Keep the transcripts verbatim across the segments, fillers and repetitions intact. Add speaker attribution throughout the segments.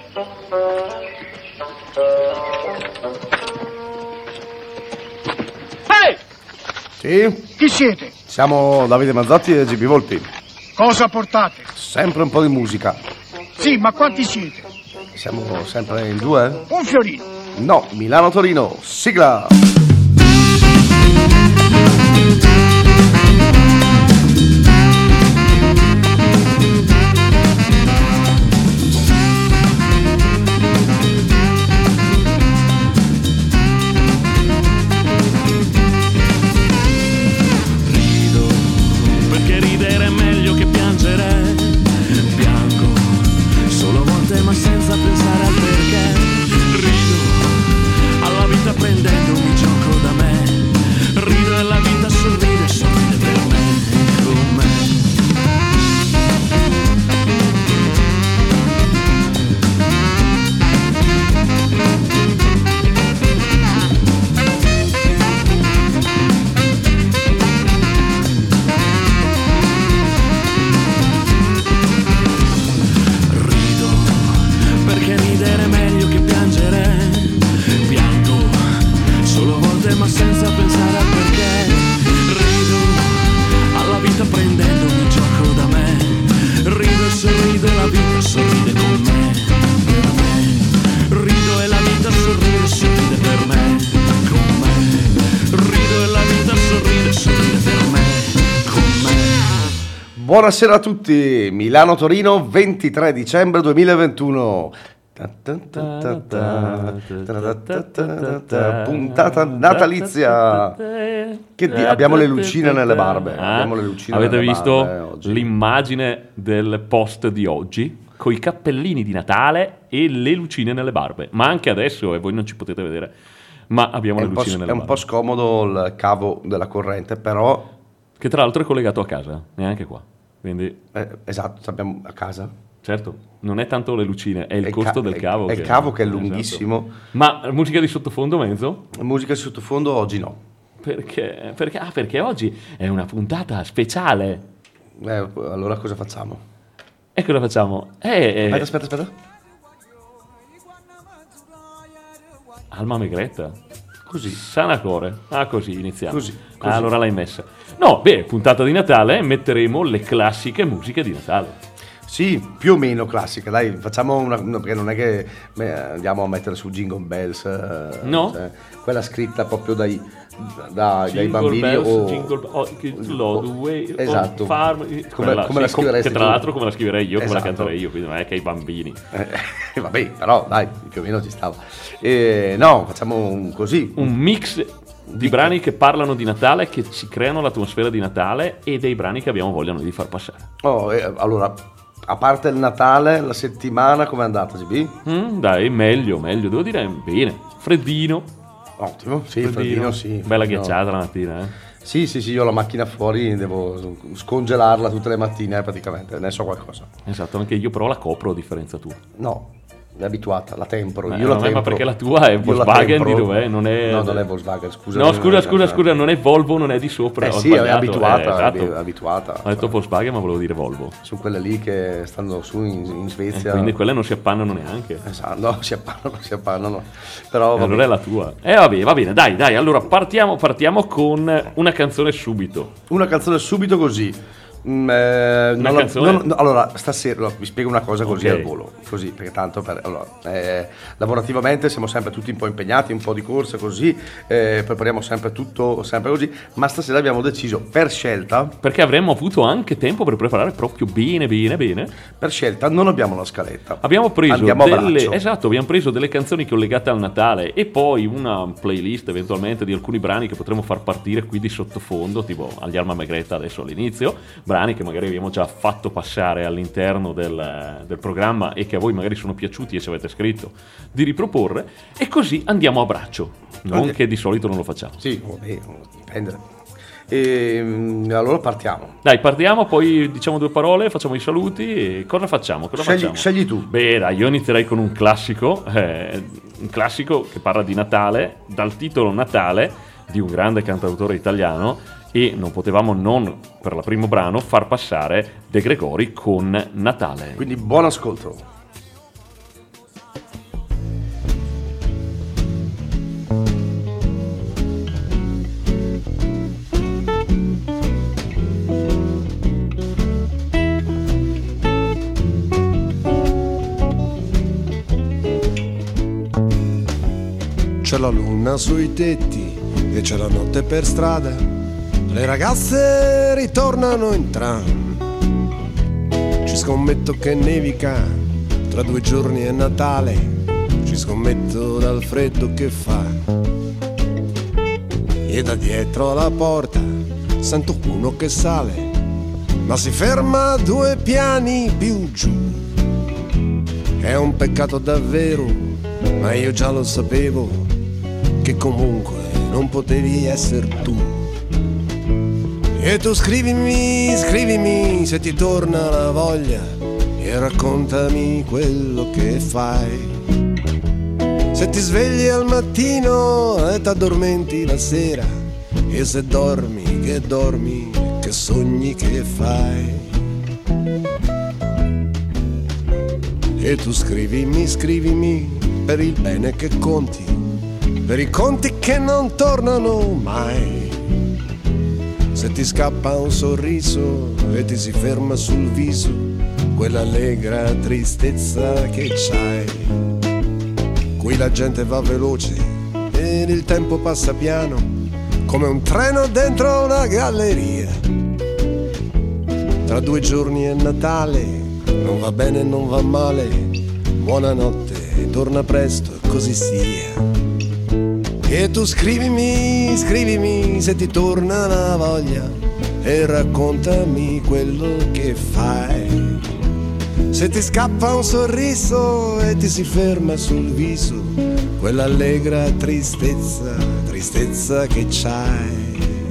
Speaker 1: Ehi!
Speaker 2: Sì?
Speaker 1: Chi siete?
Speaker 2: Siamo Davide Mazzotti e G B Volpi.
Speaker 1: Cosa portate?
Speaker 2: Sempre un po' di musica.
Speaker 1: Sì, ma quanti siete?
Speaker 2: Siamo sempre in due?
Speaker 1: Un fiorino.
Speaker 2: No, Milano-Torino, sigla!
Speaker 3: Prendendomi gioco da me, rido e la vita sorride, sorride per me, con me. Rido perché ridere è meglio che piangere. Solo volte ma senza pensare al perché. Rido alla vita prendendomi gioco da me. Rido e sorrido e la vita sorride con me, per me. Rido e la vita sorride, sorride per me, con me. Rido e la vita sorride, sorride per me, con me.
Speaker 2: Buonasera a tutti, Milano-Torino, ventitré dicembre duemilaventuno. Puntata natalizia. Che di- abbiamo le lucine nelle barbe.
Speaker 4: Ah,
Speaker 2: abbiamo le lucine
Speaker 4: avete
Speaker 2: nelle
Speaker 4: visto
Speaker 2: barbe oggi.
Speaker 4: l'immagine del post di oggi con i cappellini di Natale e le lucine nelle barbe, ma anche adesso, e voi non ci potete vedere, ma abbiamo
Speaker 2: È
Speaker 4: le
Speaker 2: un, po',
Speaker 4: lucine nelle
Speaker 2: è un
Speaker 4: barbe,
Speaker 2: po' scomodo il cavo della corrente, però
Speaker 4: che tra l'altro è collegato a casa, neanche qua, quindi
Speaker 2: eh, esatto, abbiamo a casa.
Speaker 4: certo, non è tanto le lucine, è il
Speaker 2: È il
Speaker 4: costo
Speaker 2: ca-
Speaker 4: del
Speaker 2: è-
Speaker 4: cavo.
Speaker 2: è il cavo che è lunghissimo.
Speaker 4: Esatto. Ma musica di sottofondo mezzo?
Speaker 2: Musica di sottofondo oggi no.
Speaker 4: Perché? Perché? Ah, perché oggi è una puntata speciale.
Speaker 2: Eh, allora cosa facciamo?
Speaker 4: E cosa facciamo? Eh, eh,
Speaker 2: Aspetta, aspetta, aspetta.
Speaker 4: Alma Megretta.
Speaker 2: Così.
Speaker 4: Sanacore. Ah, così iniziamo.
Speaker 2: Così,
Speaker 4: Ah,
Speaker 2: così.
Speaker 4: allora l'hai messa. No, beh, puntata di Natale, metteremo le classiche musiche di Natale.
Speaker 2: Sì, più o meno classica, dai, facciamo una, una- perché non è che eh, andiamo a mettere su Jingle Bells, eh,
Speaker 4: No.
Speaker 2: cioè, quella scritta proprio dai, da- dai
Speaker 4: Jingle
Speaker 2: bambini
Speaker 4: bells,
Speaker 2: o
Speaker 4: jingle, oh, kids love the way,
Speaker 2: esatto.
Speaker 4: on farm,
Speaker 2: Come-
Speaker 4: quella-
Speaker 2: come la
Speaker 4: sì, com-
Speaker 2: scriveresti
Speaker 4: che tra
Speaker 2: tu.
Speaker 4: l'altro come la scriverei io, come la
Speaker 2: Esatto.
Speaker 4: canterei io, quindi non è che ai bambini.
Speaker 2: eh, vabbè, però dai, più o meno ci stava. Eh, no, facciamo un, così.
Speaker 4: Un mix di brani che parlano di Natale, che ci creano l'atmosfera di Natale e dei brani che abbiamo voglia noi di far passare.
Speaker 2: Oh, eh, allora, a parte il Natale, la settimana com'è andata, G B?
Speaker 4: Mm, dai, meglio, meglio, devo dire bene. Freddino.
Speaker 2: Ottimo, sì, freddino, sì.
Speaker 4: Bella
Speaker 2: freddino.
Speaker 4: ghiacciata la mattina, eh.
Speaker 2: Sì, sì, sì, io ho la macchina fuori, devo scongelarla tutte le mattine eh, praticamente, ne so qualcosa.
Speaker 4: Esatto, anche io però la copro a differenza tua.
Speaker 2: No, è abituata, la tempro.
Speaker 4: Ma,
Speaker 2: Io la
Speaker 4: no,
Speaker 2: tempro.
Speaker 4: ma perché la tua è
Speaker 2: Io la
Speaker 4: Volkswagen di
Speaker 2: tempro.
Speaker 4: dov'è? Non è...
Speaker 2: No, non è Volkswagen, scusa.
Speaker 4: No,
Speaker 2: non
Speaker 4: scusa,
Speaker 2: è-
Speaker 4: scusa, scusa, non è Volvo, non è di sopra.
Speaker 2: Eh
Speaker 4: ho
Speaker 2: sì, è
Speaker 4: sbagliato,
Speaker 2: abituata,
Speaker 4: eh, esatto.
Speaker 2: è abituata.
Speaker 4: Ho detto Volkswagen, ma volevo dire Volvo.
Speaker 2: Sono quelle lì che stanno su in, in
Speaker 4: E
Speaker 2: Svezia.
Speaker 4: quindi quelle non si appannano neanche.
Speaker 2: Esatto, no, si appannano, si appannano. Però
Speaker 4: E
Speaker 2: vabbè.
Speaker 4: allora è la tua. Eh va bene, va bene, dai, dai, allora partiamo, partiamo con una canzone subito.
Speaker 2: Una canzone subito così. Mm, eh, non la-
Speaker 4: canzone?
Speaker 2: non- no, allora, stasera no, vi spiego una cosa così
Speaker 4: Ok.
Speaker 2: al volo, così, perché tanto per, allora, eh, lavorativamente siamo sempre tutti un po' impegnati, un po' di corsa così, eh, prepariamo sempre tutto, sempre così, ma stasera abbiamo deciso per scelta,
Speaker 4: Perché avremmo avuto anche tempo per preparare proprio bene, bene, bene.
Speaker 2: per scelta non abbiamo la scaletta.
Speaker 4: Abbiamo preso
Speaker 2: Andiamo a
Speaker 4: delle,
Speaker 2: braccio.
Speaker 4: esatto, abbiamo preso delle canzoni collegate al Natale e poi una playlist eventualmente di alcuni brani che potremo far partire qui di sottofondo, tipo agli Alma Megretta adesso all'inizio, brani che magari abbiamo già fatto passare all'interno del, del programma e che a voi magari sono piaciuti e ci avete scritto di riproporre, e così andiamo a braccio, non
Speaker 2: Andiamo.
Speaker 4: che di solito non lo facciamo.
Speaker 2: Sì, vabbè, dipende. E mm, allora partiamo.
Speaker 4: Dai, partiamo, poi diciamo due parole, facciamo i saluti e cosa facciamo? Cosa
Speaker 2: Scegli,
Speaker 4: facciamo?
Speaker 2: scegli tu.
Speaker 4: Beh, dai, io inizierei con un classico, eh, un classico che parla di Natale, dal titolo Natale, di un grande cantautore italiano, e non potevamo non, per il primo brano, far passare De Gregori con Natale.
Speaker 2: Quindi buon ascolto.
Speaker 5: C'è la luna sui tetti e c'è la notte per strada. Le ragazze ritornano in tram. Ci scommetto che nevica, tra due giorni è Natale. Ci scommetto dal freddo che fa. E da dietro alla porta sento uno che sale, ma si ferma due piani più giù. È un peccato davvero, ma io già lo sapevo, che comunque non potevi essere tu. E tu scrivimi, scrivimi se ti torna la voglia e raccontami quello che fai. Se ti svegli al mattino e t'addormenti la sera, e se dormi, che dormi, che sogni che fai. E tu scrivimi, scrivimi per il bene che conti, per i conti che non tornano mai. Se ti scappa un sorriso e ti si ferma sul viso quell'allegra tristezza che c'hai. Qui la gente va veloce e il tempo passa piano, come un treno dentro una galleria. Tra due giorni è Natale, non va bene, non va male. Buonanotte, torna presto, così sia. E tu scrivimi, scrivimi se ti torna la voglia e raccontami quello che fai. Se ti scappa un sorriso e ti si ferma sul viso quell'allegra tristezza, tristezza che c'hai.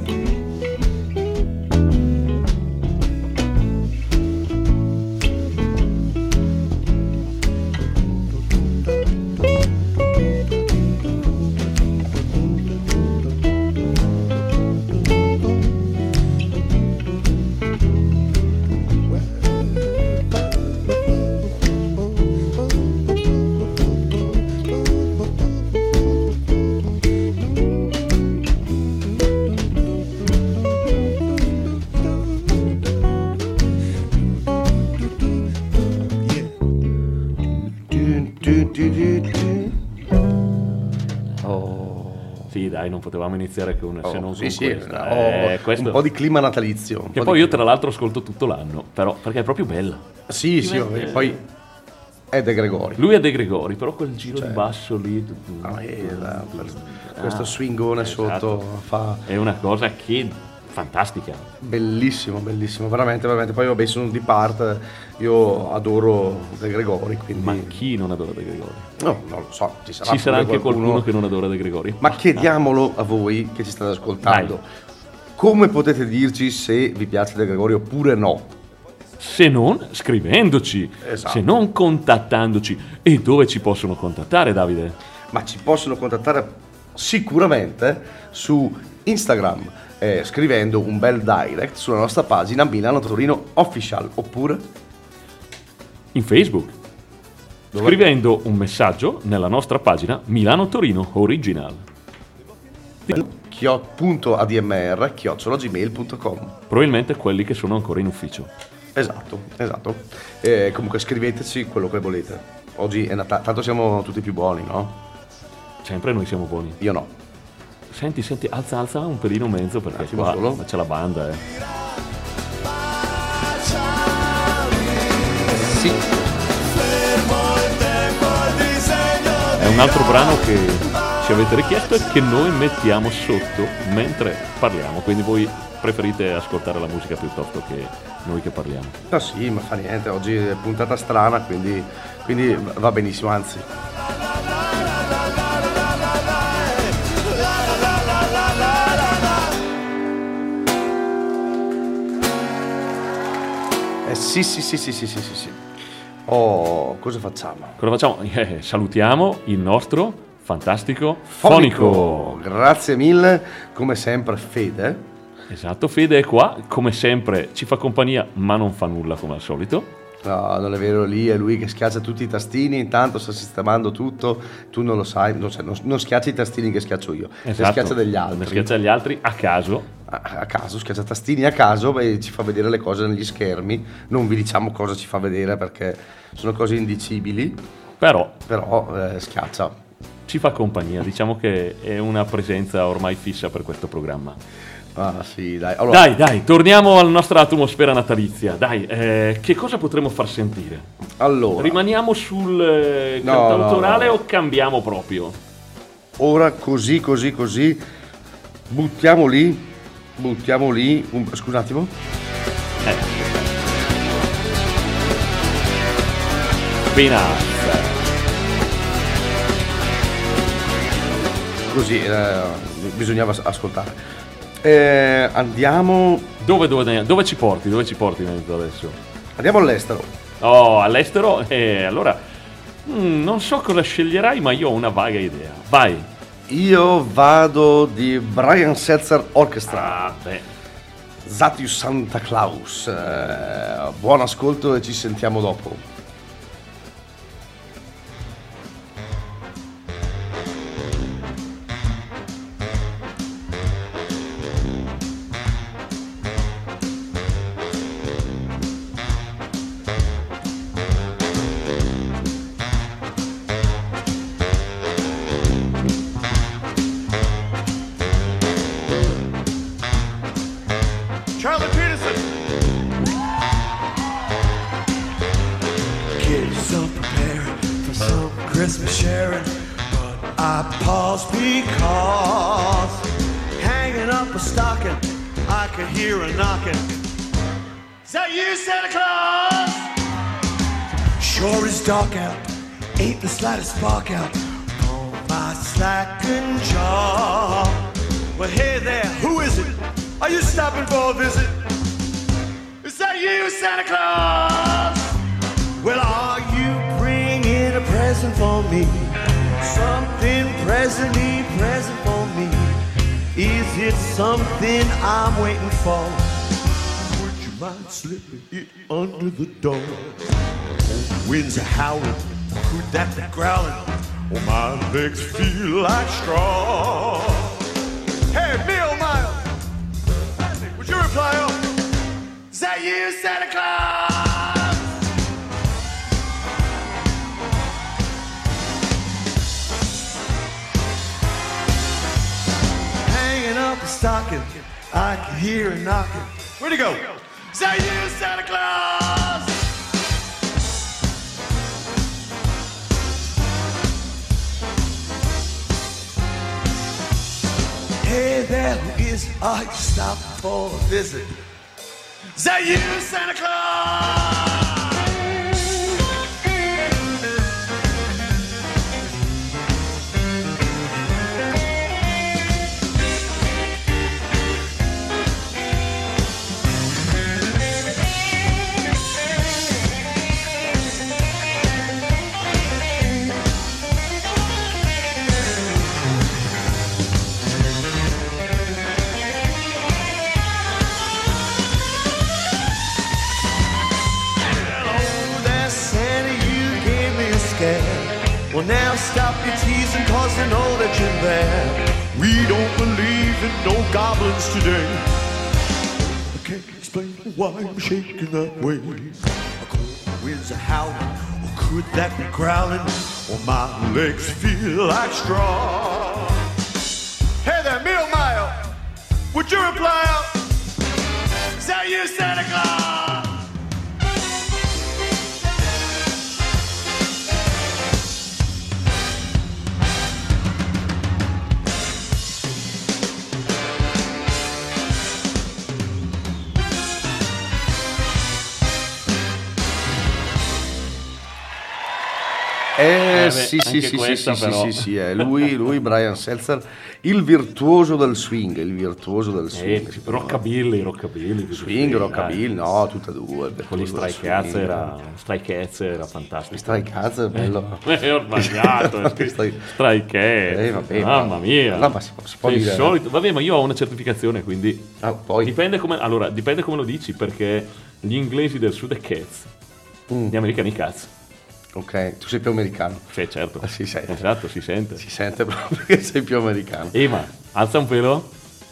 Speaker 4: Non potevamo iniziare con,
Speaker 2: oh,
Speaker 4: se non
Speaker 2: sì,
Speaker 4: con
Speaker 2: sì,
Speaker 4: questa.
Speaker 2: Oh,
Speaker 4: eh, questo...
Speaker 2: un po' di clima natalizio.
Speaker 4: Che poi io tra l'altro ascolto tutto l'anno, però perché è proprio bella.
Speaker 2: Sì, sì,
Speaker 4: mette...
Speaker 2: poi è De Gregori.
Speaker 4: Lui è De Gregori, però quel giro
Speaker 2: cioè,
Speaker 4: di basso lì.
Speaker 2: Ah, eh, la, questo
Speaker 4: ah,
Speaker 2: swingone esatto. Sotto fa.
Speaker 4: È una cosa che fantastica.
Speaker 2: Bellissimo, bellissimo, veramente, veramente. Poi vabbè, sono di parte, io adoro De Gregori, quindi...
Speaker 4: Ma chi non adora De Gregori?
Speaker 2: No, non lo so, ci sarà,
Speaker 4: ci sarà anche
Speaker 2: qualcuno...
Speaker 4: qualcuno che non adora De Gregori.
Speaker 2: Ma chiediamolo a voi che ci state ascoltando. Dai. Come potete dirci se vi piace De Gregori oppure no?
Speaker 4: Se non scrivendoci, esatto. Se non contattandoci. E dove ci possono contattare, Davide?
Speaker 2: Ma ci possono contattare sicuramente su Instagram, Eh, scrivendo un bel direct sulla nostra pagina Milano Torino Official, oppure
Speaker 4: in Facebook dove? Scrivendo un messaggio nella nostra pagina Milano Torino Original
Speaker 2: punto admr chiocciola gmail punto com.
Speaker 4: Probabilmente quelli che sono ancora in ufficio.
Speaker 2: Esatto, esatto. Eh, comunque scriveteci quello che volete. Oggi è Natale, tanto siamo tutti più buoni, no?
Speaker 4: Sempre noi siamo buoni.
Speaker 2: Io no.
Speaker 4: Senti, senti, alza, alza un pelino mezzo perché qua solo. C'è la banda, eh.
Speaker 2: Sì.
Speaker 4: È un altro brano che ci avete richiesto e che noi mettiamo sotto mentre parliamo, quindi voi preferite ascoltare la musica piuttosto che noi che parliamo.
Speaker 2: No, sì, ma fa niente, oggi è puntata strana, quindi, quindi va benissimo, anzi. Eh, sì, sì, sì, sì, sì, sì, sì, sì. Oh, cosa facciamo?
Speaker 4: Cosa facciamo? Eh, salutiamo il nostro fantastico fonico.
Speaker 2: fonico. Grazie mille, come sempre Fede.
Speaker 4: Esatto, Fede è qua, come sempre ci fa compagnia, ma non fa nulla come al solito.
Speaker 2: No, non è vero, lì è lui che schiaccia tutti i tastini, intanto sta sistemando tutto, tu non lo sai, non, non, non schiaccia i tastini che schiaccio io,
Speaker 4: esatto,
Speaker 2: ne schiaccia degli altri.
Speaker 4: Ne schiaccia degli altri a caso.
Speaker 2: A, a caso, schiaccia tastini a caso e ci fa vedere le cose negli schermi, non vi diciamo cosa ci fa vedere perché sono cose indicibili,
Speaker 4: però,
Speaker 2: però eh, schiaccia.
Speaker 4: ci fa compagnia, diciamo che è una presenza ormai fissa per questo programma.
Speaker 2: Ah sì, dai. Allora,
Speaker 4: Dai, dai, torniamo alla nostra atmosfera natalizia. Dai, eh, che cosa potremmo far sentire?
Speaker 2: allora
Speaker 4: Rimaniamo sul eh,
Speaker 2: No,
Speaker 4: cantautorale
Speaker 2: no, no.
Speaker 4: o cambiamo proprio?
Speaker 2: ora così, così, così, buttiamo lì, buttiamo lì, un, scusa un attimo.
Speaker 4: Eh. Benazza.
Speaker 2: Così, eh, bisognava as- ascoltare. Eh, andiamo,
Speaker 4: Dove, dove, dove ci porti? Dove ci porti Nenzo, adesso?
Speaker 2: andiamo all'estero.
Speaker 4: Oh, all'estero? E allora mm, non so cosa sceglierai, ma io ho una vaga idea. Vai.
Speaker 2: Io vado di Brian Setzer Orchestra.
Speaker 4: Ah, beh.
Speaker 2: Zatius Santa Claus. Eh, buon ascolto e ci sentiamo dopo.
Speaker 1: Charlie Peterson.
Speaker 3: Kids are preparing for some Christmas sharing, but I pause because hanging up a stocking, I could hear a knocking.
Speaker 1: Is that you, Santa Claus?
Speaker 3: Sure is dark out, ain't the slightest spark out on my slackened jaw.
Speaker 1: Well, hey there, who is it? Are you stopping for a visit? Is that you, Santa Claus?
Speaker 3: Well, are you bringing a present for me? Something presently present for me? Is it something I'm waiting for? Would you mind slipping it under the door? Winds are howling, could that be growling? Oh, my legs feel like straw.
Speaker 1: Hey, Bill Miles. Would you reply, oh, is that you, Santa Claus?
Speaker 3: Hanging up a stocking, I can hear a knocking.
Speaker 1: Where'd he go? Is that you, Santa Claus?
Speaker 3: Hey there, who is it? Are you stopping for a visit?
Speaker 1: Is that you, Santa Claus?
Speaker 3: Well, now stop your teasing, cause I know that you're there. We don't believe in no goblins today. I can't explain why I'm shaking that way. A cold winds are howling, or could that be growling? Or my legs feel like straw.
Speaker 1: Hey there, Bill Miles. Would you reply, oh, is that you, Santa Claus?
Speaker 2: Eh,
Speaker 4: Eh, beh,
Speaker 2: sì, sì,
Speaker 4: anche
Speaker 2: sì, sì,
Speaker 4: questa
Speaker 2: sì,
Speaker 4: però.
Speaker 2: sì, sì, è lui, lui, Brian Setzer, il virtuoso del swing, il virtuoso del
Speaker 4: Eh,
Speaker 2: swing. secondo me.
Speaker 4: rockabilly, rockabilly. così,
Speaker 2: Swing,
Speaker 4: dai.
Speaker 2: rockabilly, no, tutte e due. il
Speaker 4: Con gli
Speaker 2: virtuoso del
Speaker 4: Stray Cats
Speaker 2: swing.
Speaker 4: era, Stray Cats era fantastico.
Speaker 2: Stray Cats è bello.
Speaker 4: Eh, ho sbagliato. è scritto
Speaker 2: Stray-
Speaker 4: Stray Cats.
Speaker 2: Eh, vabbè,
Speaker 4: Mamma
Speaker 2: ma-
Speaker 4: mia.
Speaker 2: no, ma si può- si può
Speaker 4: Sei
Speaker 2: dire.
Speaker 4: solito. Vabbè, ma io ho una certificazione, quindi
Speaker 2: Ah, poi,
Speaker 4: dipende come, allora, dipende come lo dici, perché gli inglesi del sud è cats,
Speaker 2: Mm.
Speaker 4: gli americani cazzo.
Speaker 2: ok, tu sei più americano.
Speaker 4: Sì, certo.
Speaker 2: Ah, si sente.
Speaker 4: Esatto, si sente.
Speaker 2: Si sente proprio che sei più americano.
Speaker 4: Ema, alza un pelo.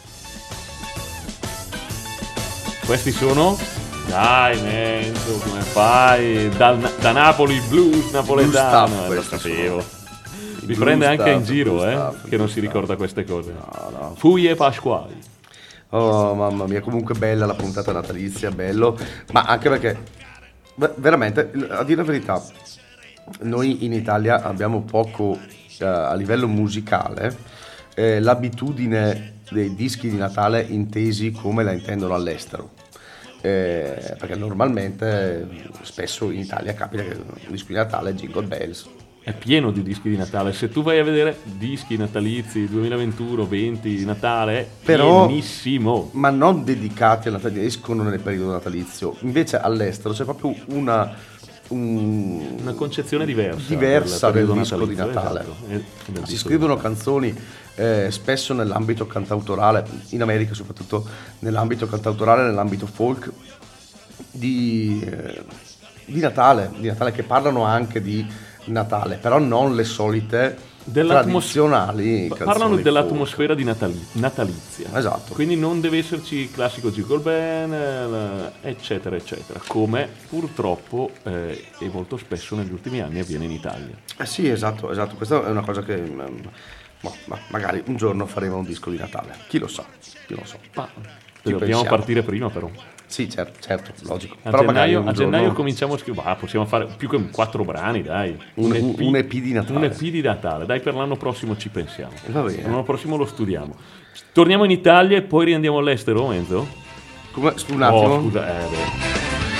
Speaker 4: Questi sono? Dai, Menzo, come fai? Dal- da Napoli, blues napoletano.
Speaker 2: stuff,
Speaker 4: Eh, lo
Speaker 2: questi
Speaker 4: sapevo.
Speaker 2: I
Speaker 4: Vi prende
Speaker 2: Blue
Speaker 4: anche in
Speaker 2: stuff,
Speaker 4: giro,
Speaker 2: blue
Speaker 4: eh,
Speaker 2: stuff,
Speaker 4: che
Speaker 2: blue
Speaker 4: non si
Speaker 2: stuff.
Speaker 4: ricorda queste cose.
Speaker 2: No, no.
Speaker 4: Fui e Pasquali.
Speaker 2: Oh mamma mia, comunque bella la puntata natalizia, bello, ma anche perché beh, veramente, a dire la verità, noi in Italia abbiamo poco eh, a livello musicale eh, l'abitudine dei dischi di Natale intesi come la intendono all'estero. Eh, perché normalmente eh, spesso in Italia capita che un disco di Natale è Jingle Bells.
Speaker 4: È pieno di dischi di Natale. Se tu vai a vedere dischi natalizi duemilaventuno, venti di Natale, è
Speaker 2: Però-
Speaker 4: pienissimo.
Speaker 2: Ma non dedicati al Natale, escono nel periodo natalizio. Invece all'estero c'è proprio una, un-
Speaker 4: Una concezione diversa.
Speaker 2: diversa del,
Speaker 4: periodo
Speaker 2: disco di
Speaker 4: natalizio,
Speaker 2: Natale.
Speaker 4: esatto. E- del
Speaker 2: Si
Speaker 4: disco
Speaker 2: scrivono
Speaker 4: di Natale.
Speaker 2: canzoni eh, spesso nell'ambito cantautorale, in America soprattutto nell'ambito cantautorale, nell'ambito folk di, eh, di Natale, di Natale, che parlano anche di Natale, però non le solite
Speaker 4: Dell'atmos-
Speaker 2: tradizionali
Speaker 4: Pa-
Speaker 2: canzoni
Speaker 4: Parlano
Speaker 2: folk.
Speaker 4: dell'atmosfera di natali- natalizia.
Speaker 2: Esatto.
Speaker 4: Quindi non deve esserci il classico Jingle Bell, eh, eccetera, eccetera. Come purtroppo eh, e molto spesso negli ultimi anni avviene in Italia.
Speaker 2: Eh sì, esatto, esatto. Questa è una cosa che mm, ma- ma magari un giorno faremo un disco di Natale. Chi lo sa? Chi lo sa?
Speaker 4: Ma
Speaker 2: Ci
Speaker 4: dobbiamo
Speaker 2: pensiamo.
Speaker 4: partire prima, però.
Speaker 2: Sì, certo, certo, logico.
Speaker 4: A
Speaker 2: Però magari
Speaker 4: gennaio,
Speaker 2: un
Speaker 4: a gennaio
Speaker 2: giorno-
Speaker 4: cominciamo a scrivere. Ah, possiamo fare più che quattro brani, dai.
Speaker 2: Un- un E P di Natale.
Speaker 4: Un E P di Natale. Dai, per l'anno prossimo ci pensiamo.
Speaker 2: Va bene.
Speaker 4: L'anno prossimo lo studiamo. Torniamo in Italia e poi riandiamo all'estero, Enzo?
Speaker 2: Come, un attimo.
Speaker 4: Oh, scusa, eh, beh.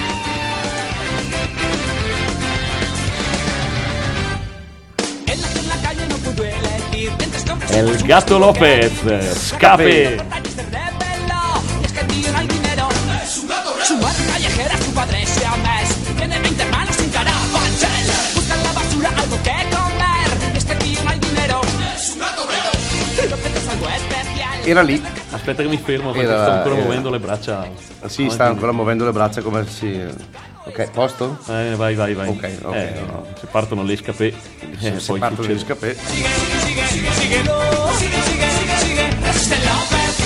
Speaker 4: El Gato López, Scape.
Speaker 6: Es que tío no hay dinero. Su madre callejera, su padre se mes. Tiene veinte hermanos sin carabanchel. Buscan la basura algo que comer. Es que tío no hay dinero. López es algo especial.
Speaker 2: Era lì.
Speaker 4: Aspetta che mi fermo perché
Speaker 2: Era-
Speaker 4: sto ancora
Speaker 2: era-
Speaker 4: muovendo le braccia.
Speaker 2: Sì, sta ancora muovendo le braccia come si... Ok, posto?
Speaker 4: Eh, vai, vai, vai.
Speaker 2: Ok, ok,
Speaker 4: Eh,
Speaker 2: no.
Speaker 4: Se partono le scapè, eh,
Speaker 2: Se, se
Speaker 4: poi
Speaker 2: partono
Speaker 4: succede.
Speaker 2: gli scapè.
Speaker 6: Sigue, sigue, sigue, síguelo. Sigue, sigue, sigue, sigue. Resiste López.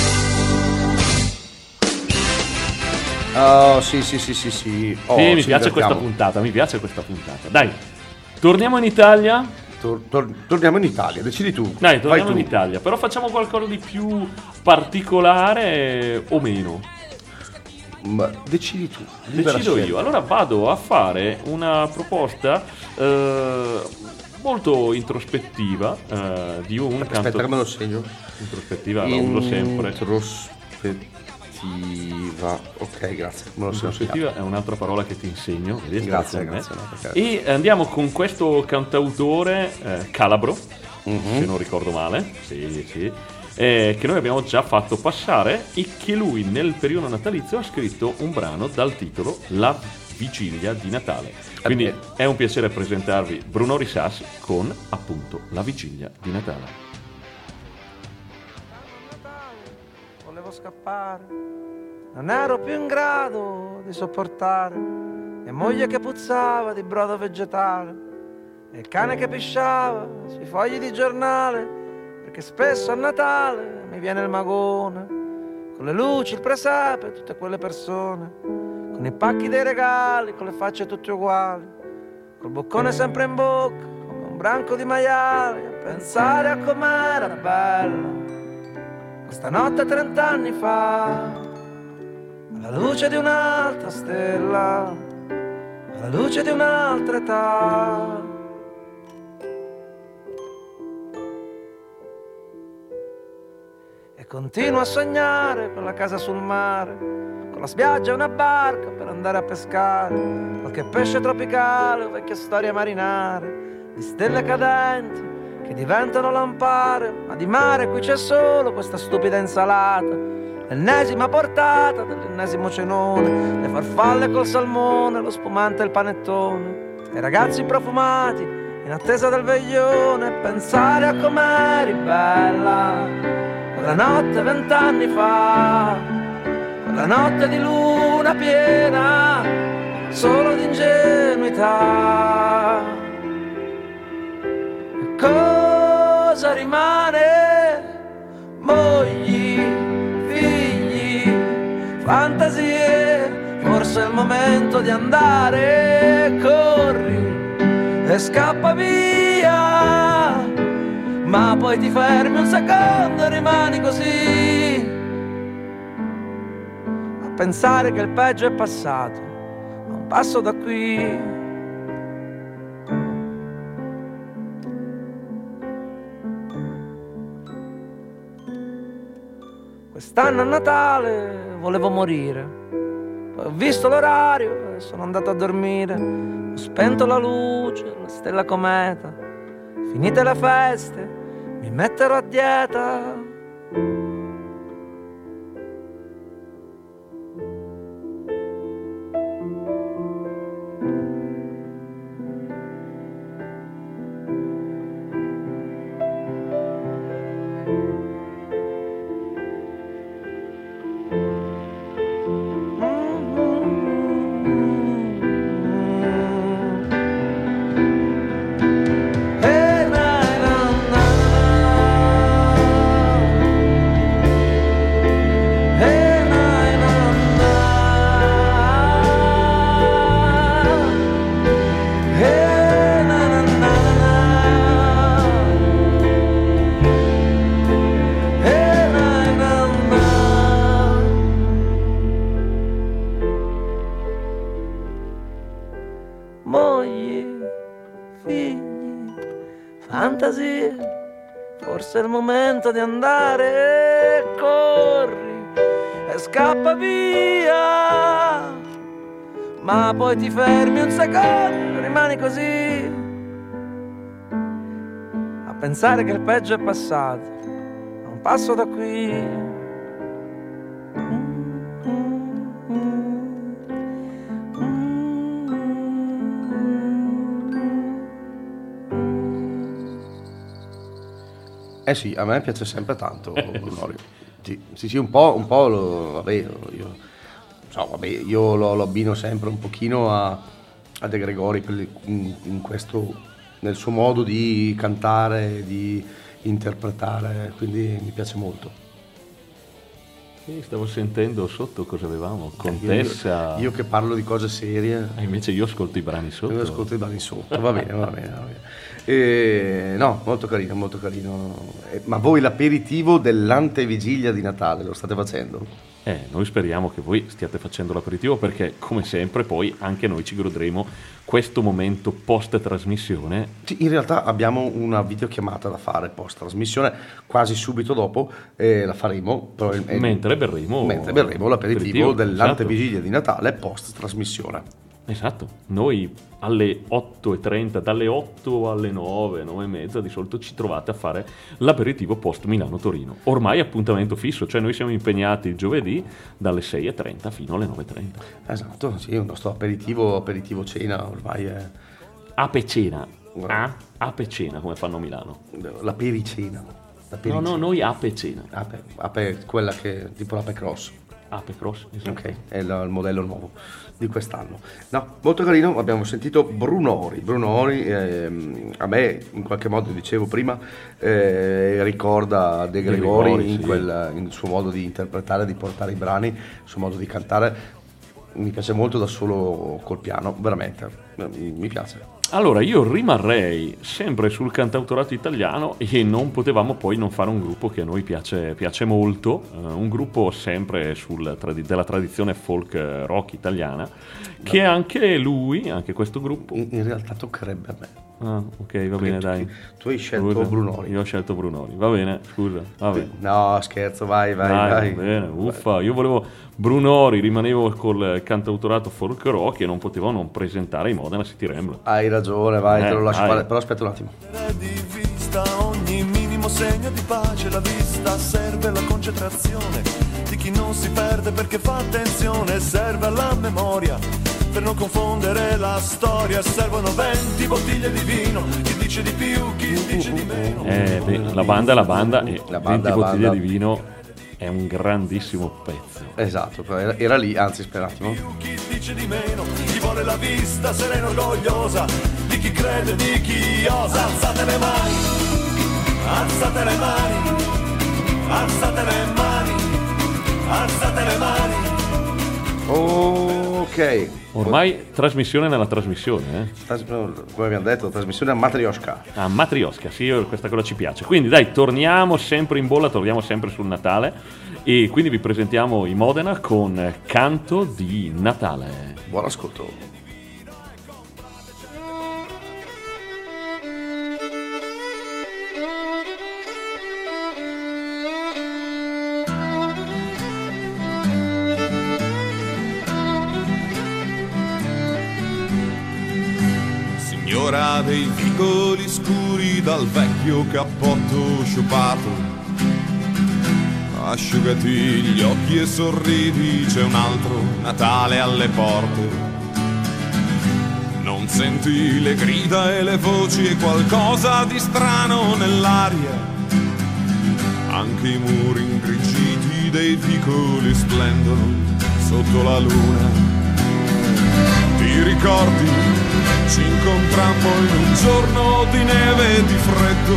Speaker 2: Oh, sì, sì, sì, sì, sì. Oh,
Speaker 4: Sì, mi
Speaker 2: ci
Speaker 4: piace questa
Speaker 2: divertiamo.
Speaker 4: puntata, mi piace questa puntata. Dai, torniamo in Italia.
Speaker 2: Tor- tor- torniamo in Italia, decidi tu.
Speaker 4: Dai,
Speaker 2: Vai
Speaker 4: torniamo
Speaker 2: tu.
Speaker 4: in Italia. Però facciamo qualcosa di più particolare o meno.
Speaker 2: Ma decidi tu. libera
Speaker 4: Decido
Speaker 2: scelta.
Speaker 4: io. Allora vado a fare una proposta eh, molto introspettiva eh, di un
Speaker 2: Aspetta
Speaker 4: canto.
Speaker 2: che me lo segno.
Speaker 4: Introspettiva la uso sempre.
Speaker 2: Introspettiva. Ok, grazie. Me lo segno.
Speaker 4: Introspettiva è un'altra parola che ti insegno. vedi,
Speaker 2: Grazie,
Speaker 4: a me.
Speaker 2: grazie, no, perché-
Speaker 4: E andiamo con questo cantautore eh, calabro,
Speaker 2: Mhm.
Speaker 4: se non ricordo male, sì, sì, eh, che noi abbiamo già fatto passare e che lui nel periodo natalizio ha scritto un brano dal titolo La vigilia di Natale. Quindi
Speaker 2: Eh,
Speaker 4: è un piacere presentarvi Bruno Risas con appunto La vigilia di Natale.
Speaker 7: Volevo scappare, non ero più in grado di sopportare mia moglie che puzzava di brodo vegetale e il cane che pisciava sui fogli di giornale, perché spesso a Natale mi viene il magone con le luci, il presepe, tutte quelle persone con i pacchi dei regali, con le facce tutte uguali, col boccone sempre in bocca come un branco di maiali, a pensare a com'era bella questa notte trent'anni fa, alla luce di un'altra stella, alla luce di un'altra età. E continuo a sognare quella casa sul mare, con la spiaggia e una barca per andare a pescare, qualche pesce tropicale o vecchia storia marinare, di stelle cadenti che diventano lampare, ma di mare qui c'è solo questa stupida insalata, l'ennesima portata dell'ennesimo cenone, le farfalle col salmone, lo spumante e il panettone, e i ragazzi profumati in attesa del veglione, pensare a com'eri bella quella notte vent'anni fa, quella notte di luna piena, solo di ingenuità. Cosa rimane? Mogli, figli, fantasie, forse è il momento di andare, corri e scappa via, ma poi ti fermi un secondo e rimani così a pensare che il peggio è passato, a un passo da qui. Quest'anno a Natale volevo morire, poi ho visto l'orario e sono andato a dormire. Ho spento la luce, la stella cometa. Finite le feste, mi metterò a dieta. Forse è il momento di andare, corri e scappa via, ma poi ti fermi un secondo, rimani così a pensare che il peggio è passato, a un passo da qui.
Speaker 2: Eh sì, a me piace sempre tanto Brunori. Sì, sì, sì, un po', un po' lo, vabbè, io, so, vabbè, io lo, lo abbino sempre un pochino a, a De Gregori in, in questo, nel suo modo di cantare, di interpretare, quindi mi piace molto.
Speaker 4: Sì, stavo sentendo sotto cosa avevamo, Contessa.
Speaker 2: Io, io che parlo di cose serie.
Speaker 4: Ah, invece io ascolto i brani sotto.
Speaker 2: Io ascolto i brani sotto, va bene, va bene, va bene. E, no, molto carino, molto carino. Eh, ma voi l'aperitivo dell'antevigilia di Natale lo state facendo?
Speaker 4: Eh, noi speriamo che voi stiate facendo l'aperitivo perché, come sempre, poi anche noi ci godremo questo momento post trasmissione.
Speaker 2: Sì, in realtà abbiamo una videochiamata da fare post trasmissione, quasi subito dopo, eh, la faremo. Probabilmente,
Speaker 4: mentre berremo,
Speaker 2: mentre berremo l'aperitivo
Speaker 4: aperitivo,
Speaker 2: dell'antevigilia
Speaker 4: esatto.
Speaker 2: di Natale post trasmissione.
Speaker 4: Esatto, noi alle otto e trenta, dalle otto alle nove, nove e mezza di solito ci trovate a fare l'aperitivo post Milano-Torino. Ormai appuntamento fisso, cioè noi siamo impegnati il giovedì dalle sei e trenta fino alle nove e trenta.
Speaker 2: Esatto, sì, il nostro aperitivo, aperitivo cena ormai è...
Speaker 4: Ape-cena, a, ape-cena come fanno a Milano.
Speaker 2: La pericena. La pericena.
Speaker 4: No, no, noi ape-cena.
Speaker 2: Ape, ape quella che, tipo l'ape cross.
Speaker 4: Ape cross, esatto.
Speaker 2: Ok, è il, il modello nuovo di quest'anno. No, molto carino, abbiamo sentito Brunori. Brunori, ehm, a me in qualche modo, dicevo prima, eh, ricorda De Gregori, De Gregori in, sì. quel, in suo modo di interpretare, di portare i brani, il suo modo di cantare. Mi piace molto da solo col piano, veramente, mi, mi piace.
Speaker 4: Allora, io rimarrei sempre sul cantautorato italiano e non potevamo poi non fare un gruppo che a noi piace, piace molto, uh, un gruppo sempre sul, della tradizione folk rock italiana, che no. anche lui, anche questo gruppo...
Speaker 2: In, in realtà toccherebbe a me.
Speaker 4: Ah, ok, va bene,
Speaker 2: tu,
Speaker 4: dai.
Speaker 2: Tu hai scelto scusa. Brunori.
Speaker 4: Io ho scelto Brunori, va bene, scusa. Va bene.
Speaker 2: No, scherzo, vai, vai,
Speaker 4: dai,
Speaker 2: vai.
Speaker 4: Va bene, uffa, io volevo Brunori, rimanevo col cantautorato folk rock e non potevo non presentare i Modena City Ramblers.
Speaker 2: Hai ragione, vai,
Speaker 4: eh,
Speaker 2: te lo lascio
Speaker 4: vai.
Speaker 2: fare, però aspetta un attimo.
Speaker 8: Di vista ogni minimo segno di pace, la vista serve alla concentrazione di chi non si perde perché fa attenzione, serve alla memoria per non confondere la storia, servono venti bottiglie di vino, chi dice di più, chi dice di meno.
Speaker 4: Eh, beh, la banda è la banda e
Speaker 2: la banda,
Speaker 4: venti bottiglie
Speaker 2: banda.
Speaker 4: di vino è un grandissimo pezzo.
Speaker 2: Esatto, era, era lì, anzi aspetta un attimo.
Speaker 8: Chi dice di meno, chi vuole la vista serena orgogliosa, di chi crede, di chi osa. Alzate le mani, alzate le mani, alzate le mani, alzate le mani.
Speaker 2: Ok, Ok.
Speaker 4: Ormai trasmissione nella trasmissione, eh?
Speaker 2: Tras- come abbiamo detto, trasmissione a Matrioshka.
Speaker 4: Ah, Matrioska, sì, questa cosa ci piace. Quindi dai, torniamo sempre in bolla, torniamo sempre sul Natale e quindi vi presentiamo i Modena con Canto di Natale.
Speaker 2: Buon ascolto.
Speaker 9: Signora dei vicoli scuri dal vecchio cappotto sciupato, asciugati gli occhi e sorridi, c'è un altro Natale alle porte. Non senti le grida e le voci e qualcosa di strano nell'aria, anche i muri ingrigiti dei vicoli splendono sotto la luna. Ti ricordi? Ci incontrammo in un giorno di neve e di freddo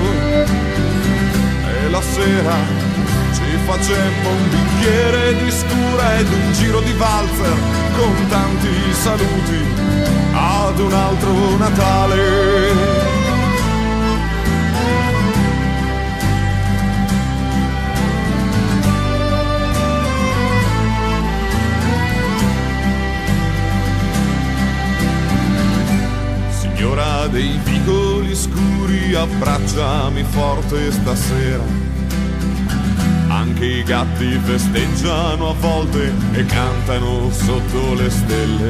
Speaker 9: e la sera ci facemmo un bicchiere di scura ed un giro di valzer con tanti saluti ad un altro Natale. Signora dei vicoli scuri, abbracciami forte stasera. Anche i gatti festeggiano a volte e cantano sotto le stelle.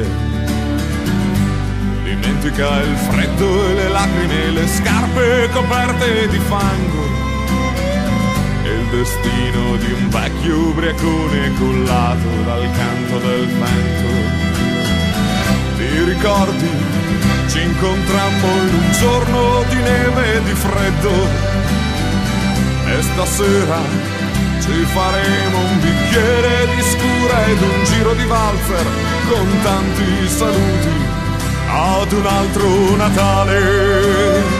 Speaker 9: Dimentica il freddo e le lacrime, le scarpe coperte di fango e il destino di un vecchio ubriacone cullato dal canto del vento. Ti ricordi? Ci incontrammo in un giorno di neve e di freddo e stasera ci faremo un bicchiere di scura ed un giro di valzer con tanti saluti ad un altro Natale.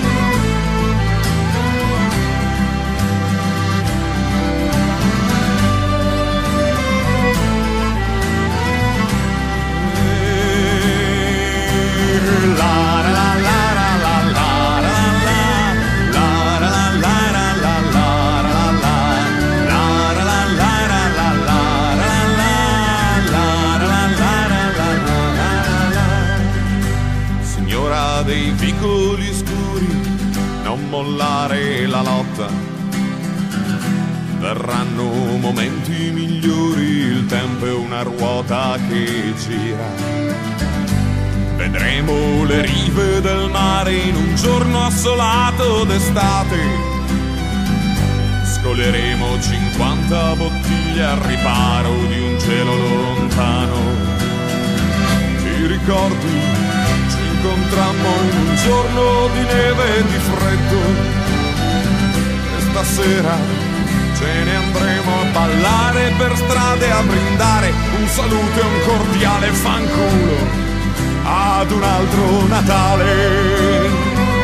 Speaker 9: Signora dei vicoli scuri, non mollare la lotta, verranno momenti migliori, il tempo è una ruota che gira. Vedremo le rive del mare in un giorno assolato d'estate. Scoleremo cinquanta bottiglie al riparo di un cielo lontano. Ti ricordi? Ci incontrammo in un giorno di neve e di freddo e stasera ce ne andremo a ballare per strade, a brindare un saluto e un cordiale fanculo ad un altro Natale.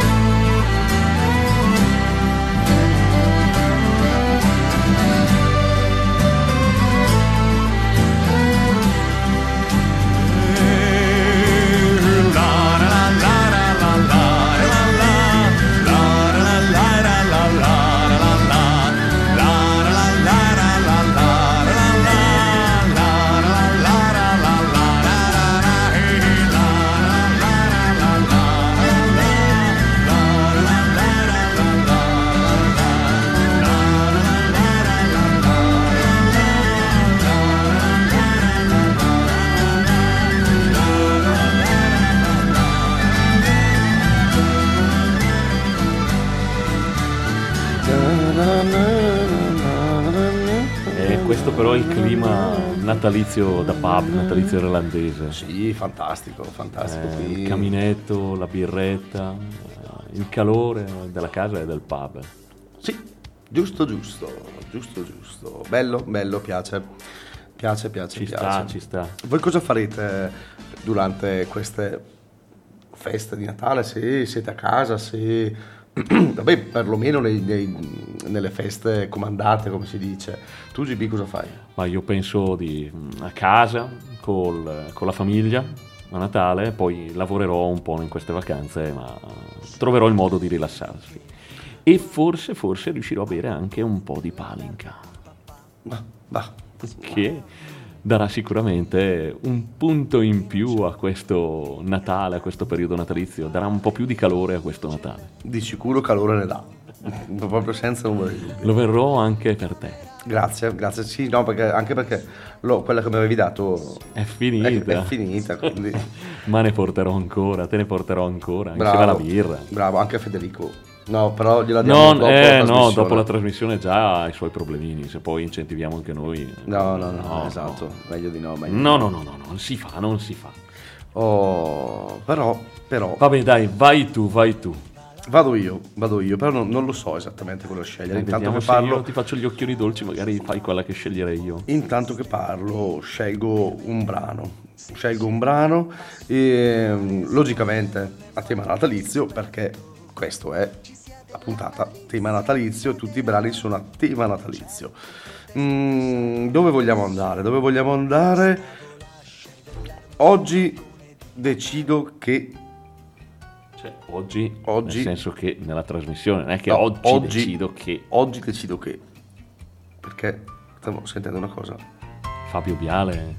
Speaker 4: Questo però è il clima natalizio da pub, natalizio irlandese.
Speaker 2: Sì, fantastico, fantastico.
Speaker 4: Eh,
Speaker 2: Qui-
Speaker 4: il caminetto, la birretta, il calore della casa e del pub.
Speaker 2: Sì, giusto, giusto, giusto, giusto. Bello, bello, piace. Piace, piace,
Speaker 4: Ci
Speaker 2: piace.
Speaker 4: sta, ci sta.
Speaker 2: Voi cosa farete durante queste feste di Natale? Se siete a casa, se... Vabbè, perlomeno nei, nei- nelle feste comandate, come si dice. Tu G B cosa fai?
Speaker 4: Ma io penso di a casa col, con la famiglia a Natale, poi lavorerò un po' in queste vacanze, ma troverò il modo di rilassarsi. E forse, forse riuscirò a bere anche un po' di palinka.
Speaker 2: Bah, bah.
Speaker 4: Che darà sicuramente un punto in più a questo Natale, a questo periodo natalizio, darà un po' più di calore a questo Natale.
Speaker 2: Di sicuro calore ne dà, proprio senza ombra di dubbio.
Speaker 4: Lo verrò anche per te.
Speaker 2: Grazie, grazie. Sì, no, perché, anche perché lo, quella che mi avevi dato
Speaker 4: è finita.
Speaker 2: È, è finita, quindi.
Speaker 4: Ma ne porterò ancora, te ne porterò ancora,
Speaker 2: Bravo,
Speaker 4: insieme alla birra.
Speaker 2: Bravo, anche a Federico. No, però gliela diamo
Speaker 4: no,
Speaker 2: dopo
Speaker 4: eh,
Speaker 2: la
Speaker 4: no, dopo la trasmissione già ha i suoi problemini, se poi incentiviamo anche noi.
Speaker 2: No, no, no,
Speaker 4: no
Speaker 2: esatto,
Speaker 4: no.
Speaker 2: meglio di no. Meglio
Speaker 4: no,
Speaker 2: di
Speaker 4: no, no, no, no, non si fa, non si fa.
Speaker 2: Oh, però, però.
Speaker 4: Vabbè, dai, vai tu, vai tu.
Speaker 2: Vado io, vado io, però non, non lo so esattamente cosa scegliere.
Speaker 4: Eh,
Speaker 2: Intanto
Speaker 4: che
Speaker 2: che parlo,
Speaker 4: io ti faccio gli occhioni dolci, magari fai quella che sceglierei io.
Speaker 2: Intanto che parlo, scelgo un brano. Scelgo un brano e logicamente a tema natalizio, perché questo è la puntata tema natalizio, tutti i brani sono a tema natalizio. Mm, dove vogliamo andare? Dove vogliamo andare? Oggi decido che
Speaker 4: Cioè, oggi,
Speaker 2: oggi,
Speaker 4: nel senso che nella trasmissione non è che
Speaker 2: no,
Speaker 4: oggi,
Speaker 2: oggi
Speaker 4: decido che
Speaker 2: oggi decido che perché stiamo sentendo una cosa
Speaker 4: Fabio Viale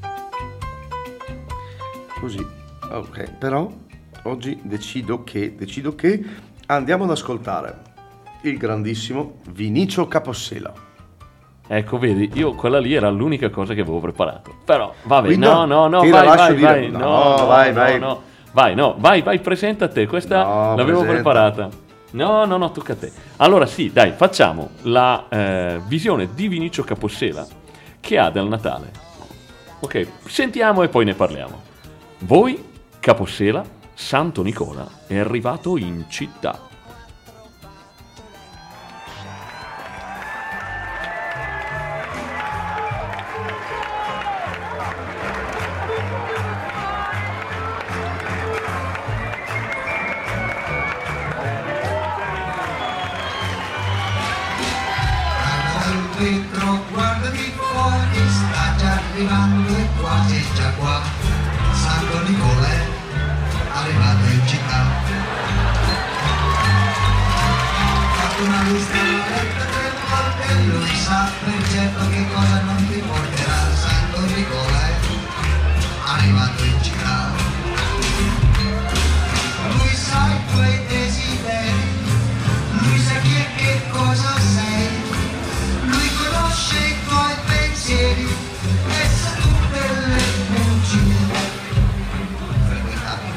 Speaker 2: così, ok, però oggi decido che decido che andiamo ad ascoltare il grandissimo Vinicio Capossela.
Speaker 4: Ecco, vedi, io quella lì era l'unica cosa che avevo preparato. Però, vabbè,
Speaker 2: Quindi
Speaker 4: no, no, no,
Speaker 2: ti
Speaker 4: vai,
Speaker 2: la lascio
Speaker 4: vai,
Speaker 2: dire.
Speaker 4: vai,
Speaker 2: No,
Speaker 4: no, no,
Speaker 2: vai,
Speaker 4: no,
Speaker 2: vai.
Speaker 4: no. Vai, no, vai, vai, presenta te, questa
Speaker 2: No,
Speaker 4: l'avevo
Speaker 2: presenta.
Speaker 4: preparata. No, no, no, tocca a te. Allora sì, dai, facciamo la eh, visione di Vinicio Capossela che ha del Natale. Ok, sentiamo e poi ne parliamo. Voi, Capossela, Santo Nicola è arrivato in città.
Speaker 10: Vetro, guardati fuori, sta già arrivando e quasi già qua. Santo Nicola è arrivato in città. Fatto una lista, l'ho letta tre volte, lui sa per certo che cosa non ti porterà. Santo Nicola è arrivato in città. Lui sa i tuoi desideri, lui sa chi e che cosa sei. Lui conosce i tuoi pensieri e sa tutte le bugie frequentate.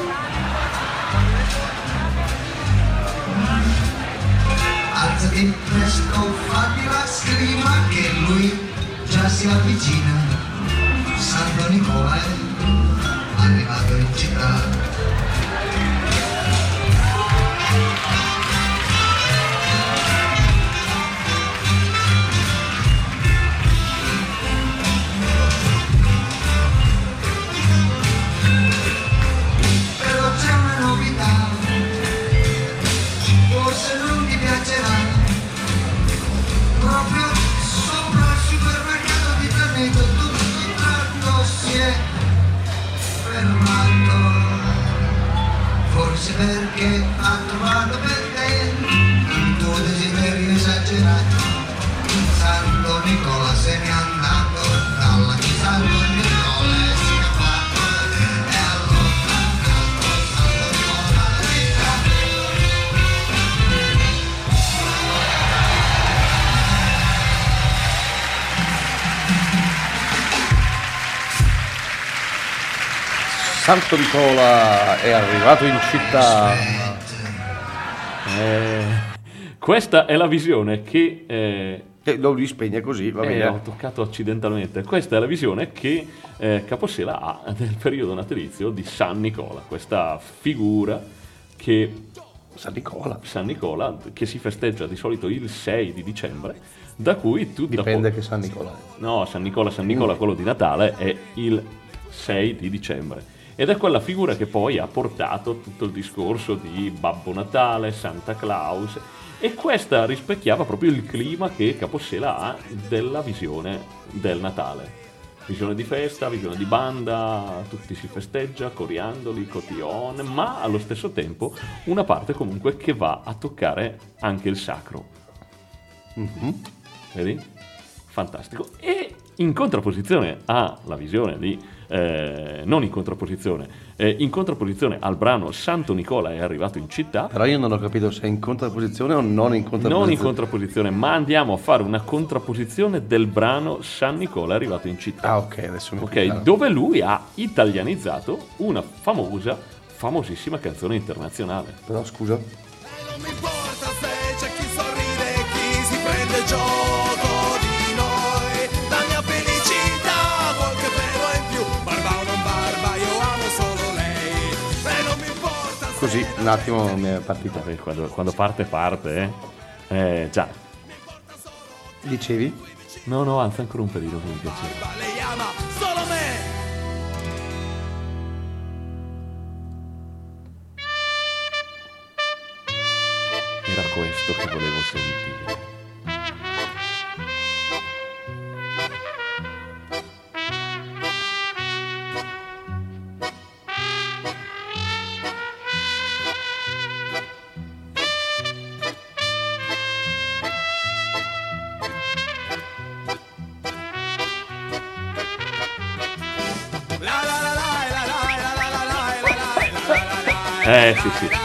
Speaker 10: Alzati presto, fatti la scriva che lui già si avvicina. Santo Nicola è arrivato in città. Proprio sopra il supermercato di Taneto tutto il tratto si è fermato, forse perché ha trovato per te il tuo desiderio esagerato. Santo Nicola se n'è andato dalla chiesa, Santo Nicola è scappato e allontanato Santo Nicola di
Speaker 2: Santo Nicola è arrivato in città.
Speaker 4: Eh, questa è la visione che... Eh,
Speaker 2: che lo rispegne così, va bene.
Speaker 4: Eh, ho toccato accidentalmente. Questa è la visione che eh, Capossela ha del periodo natalizio di San Nicola, questa figura che...
Speaker 2: San Nicola.
Speaker 4: San Nicola, che si festeggia di solito il sei di dicembre, da cui tutta...
Speaker 2: Dipende
Speaker 4: po-
Speaker 2: che San Nicola è.
Speaker 4: No, San Nicola, San Nicola, quello di Natale, è il sei di dicembre. ed è quella figura che poi ha portato tutto il discorso di Babbo Natale, Santa Claus, e questa rispecchiava proprio il clima che Capossela ha della visione del Natale. Visione di festa, visione di banda, tutti si festeggia, coriandoli, cotillon, ma allo stesso tempo una parte comunque che va a toccare anche il sacro. Mm-hmm. Vedi? Fantastico. E in contrapposizione alla visione di, eh, non in contrapposizione, eh, in contrapposizione al brano Santo Nicola è arrivato in città.
Speaker 2: Però io non ho capito se è in contrapposizione o non in contrapposizione.
Speaker 4: Non in contrapposizione, ma andiamo a fare una contrapposizione del brano San Nicola è arrivato in città.
Speaker 2: Ah, ok, adesso mi
Speaker 4: Ok, dove lui ha italianizzato una famosa, famosissima canzone internazionale.
Speaker 2: Però scusa.
Speaker 8: Non mi importa se c'è chi sorride e chi si prende gioco di noi. La mia felicità, qualche pelo in più, barba o non barba, io amo solo lei. E non mi importa se...
Speaker 2: Così, un attimo mi è partita.
Speaker 4: Eh, Quando, quando parte, parte, eh. Eh, già.
Speaker 2: Dicevi?
Speaker 4: No, no, anzi ancora un pelino che mi piace.
Speaker 8: lei ama solo me.
Speaker 4: Era questo che volevo sentire. Eh sì sì.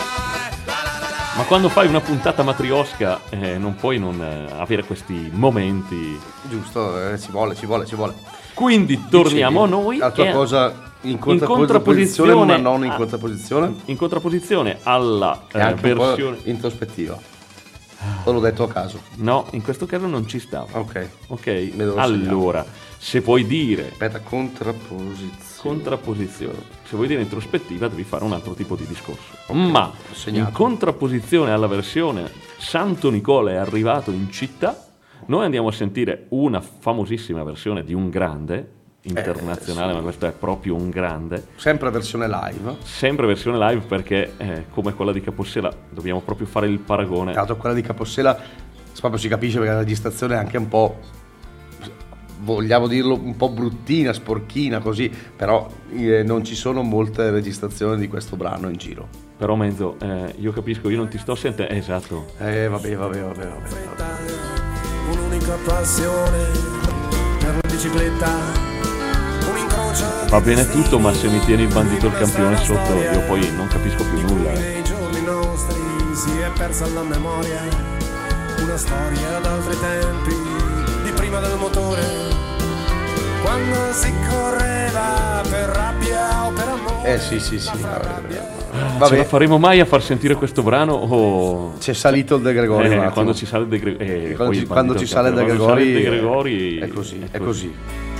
Speaker 4: Ma quando fai una puntata matriosca eh, non puoi non eh, avere questi momenti.
Speaker 2: Giusto, eh, ci vuole, ci vuole, ci vuole.
Speaker 4: Quindi torniamo
Speaker 2: Dicevi,
Speaker 4: a noi.
Speaker 2: La tua
Speaker 4: e-
Speaker 2: cosa in
Speaker 4: in
Speaker 2: contrapposizione, ma non in
Speaker 4: a-
Speaker 2: contrapposizione.
Speaker 4: in contrapposizione alla
Speaker 2: È
Speaker 4: eh,
Speaker 2: anche un po'
Speaker 4: versione.
Speaker 2: introspettiva. O l'ho detto a caso.
Speaker 4: No, in questo caso non ci stava.
Speaker 2: Ok.
Speaker 4: Ok,
Speaker 2: Me lo
Speaker 4: allora, se puoi dire
Speaker 2: Aspetta, contrapposizione.
Speaker 4: contrapposizione, se vuoi dire introspettiva devi fare un altro tipo di discorso. Ma
Speaker 2: segnato.
Speaker 4: in contrapposizione alla versione Santo Nicola è arrivato in città, noi andiamo a sentire una famosissima versione di un grande internazionale,
Speaker 2: Eh, sì.
Speaker 4: ma questo è proprio un grande,
Speaker 2: Sempre versione live.
Speaker 4: sempre versione live perché eh, come quella di Capossela dobbiamo proprio fare il paragone.
Speaker 2: Tra l'altro quella di Capossela proprio si capisce perché la registrazione è anche un po', vogliamo dirlo, un po' bruttina, sporchina così, però eh, non ci sono molte registrazioni di questo brano in giro.
Speaker 4: Però Menzo, eh, io capisco, io non ti sto sentendo, esatto.
Speaker 2: Eh vabbè, vabbè, vabbè, vabbè. vabbè.
Speaker 5: Un'unica passione per la bicicletta, un incrocio.
Speaker 4: Va bene tutto, ma se mi tieni il bandito il campione sotto, io poi non capisco più nulla. eh.
Speaker 5: Nei giorni nostri si è persa la memoria, una storia d'altri tempi, di prima del motore, quando si correva per rabbia o per amore.
Speaker 2: Eh sì, sì, sì. Vabbè.
Speaker 4: Ce
Speaker 2: Vabbè,
Speaker 4: la faremo mai a far sentire questo brano? O
Speaker 2: c'è salito il De Gregori. un
Speaker 4: Eh,
Speaker 2: attimo.
Speaker 4: quando ci sale De Gre- eh,
Speaker 2: Quando
Speaker 4: poi
Speaker 2: ci-
Speaker 4: il
Speaker 2: quando
Speaker 4: bandito
Speaker 2: ci sale
Speaker 4: il
Speaker 2: De
Speaker 4: campione, quando
Speaker 2: Gregori,
Speaker 4: sale De Gregori
Speaker 2: è così, è così.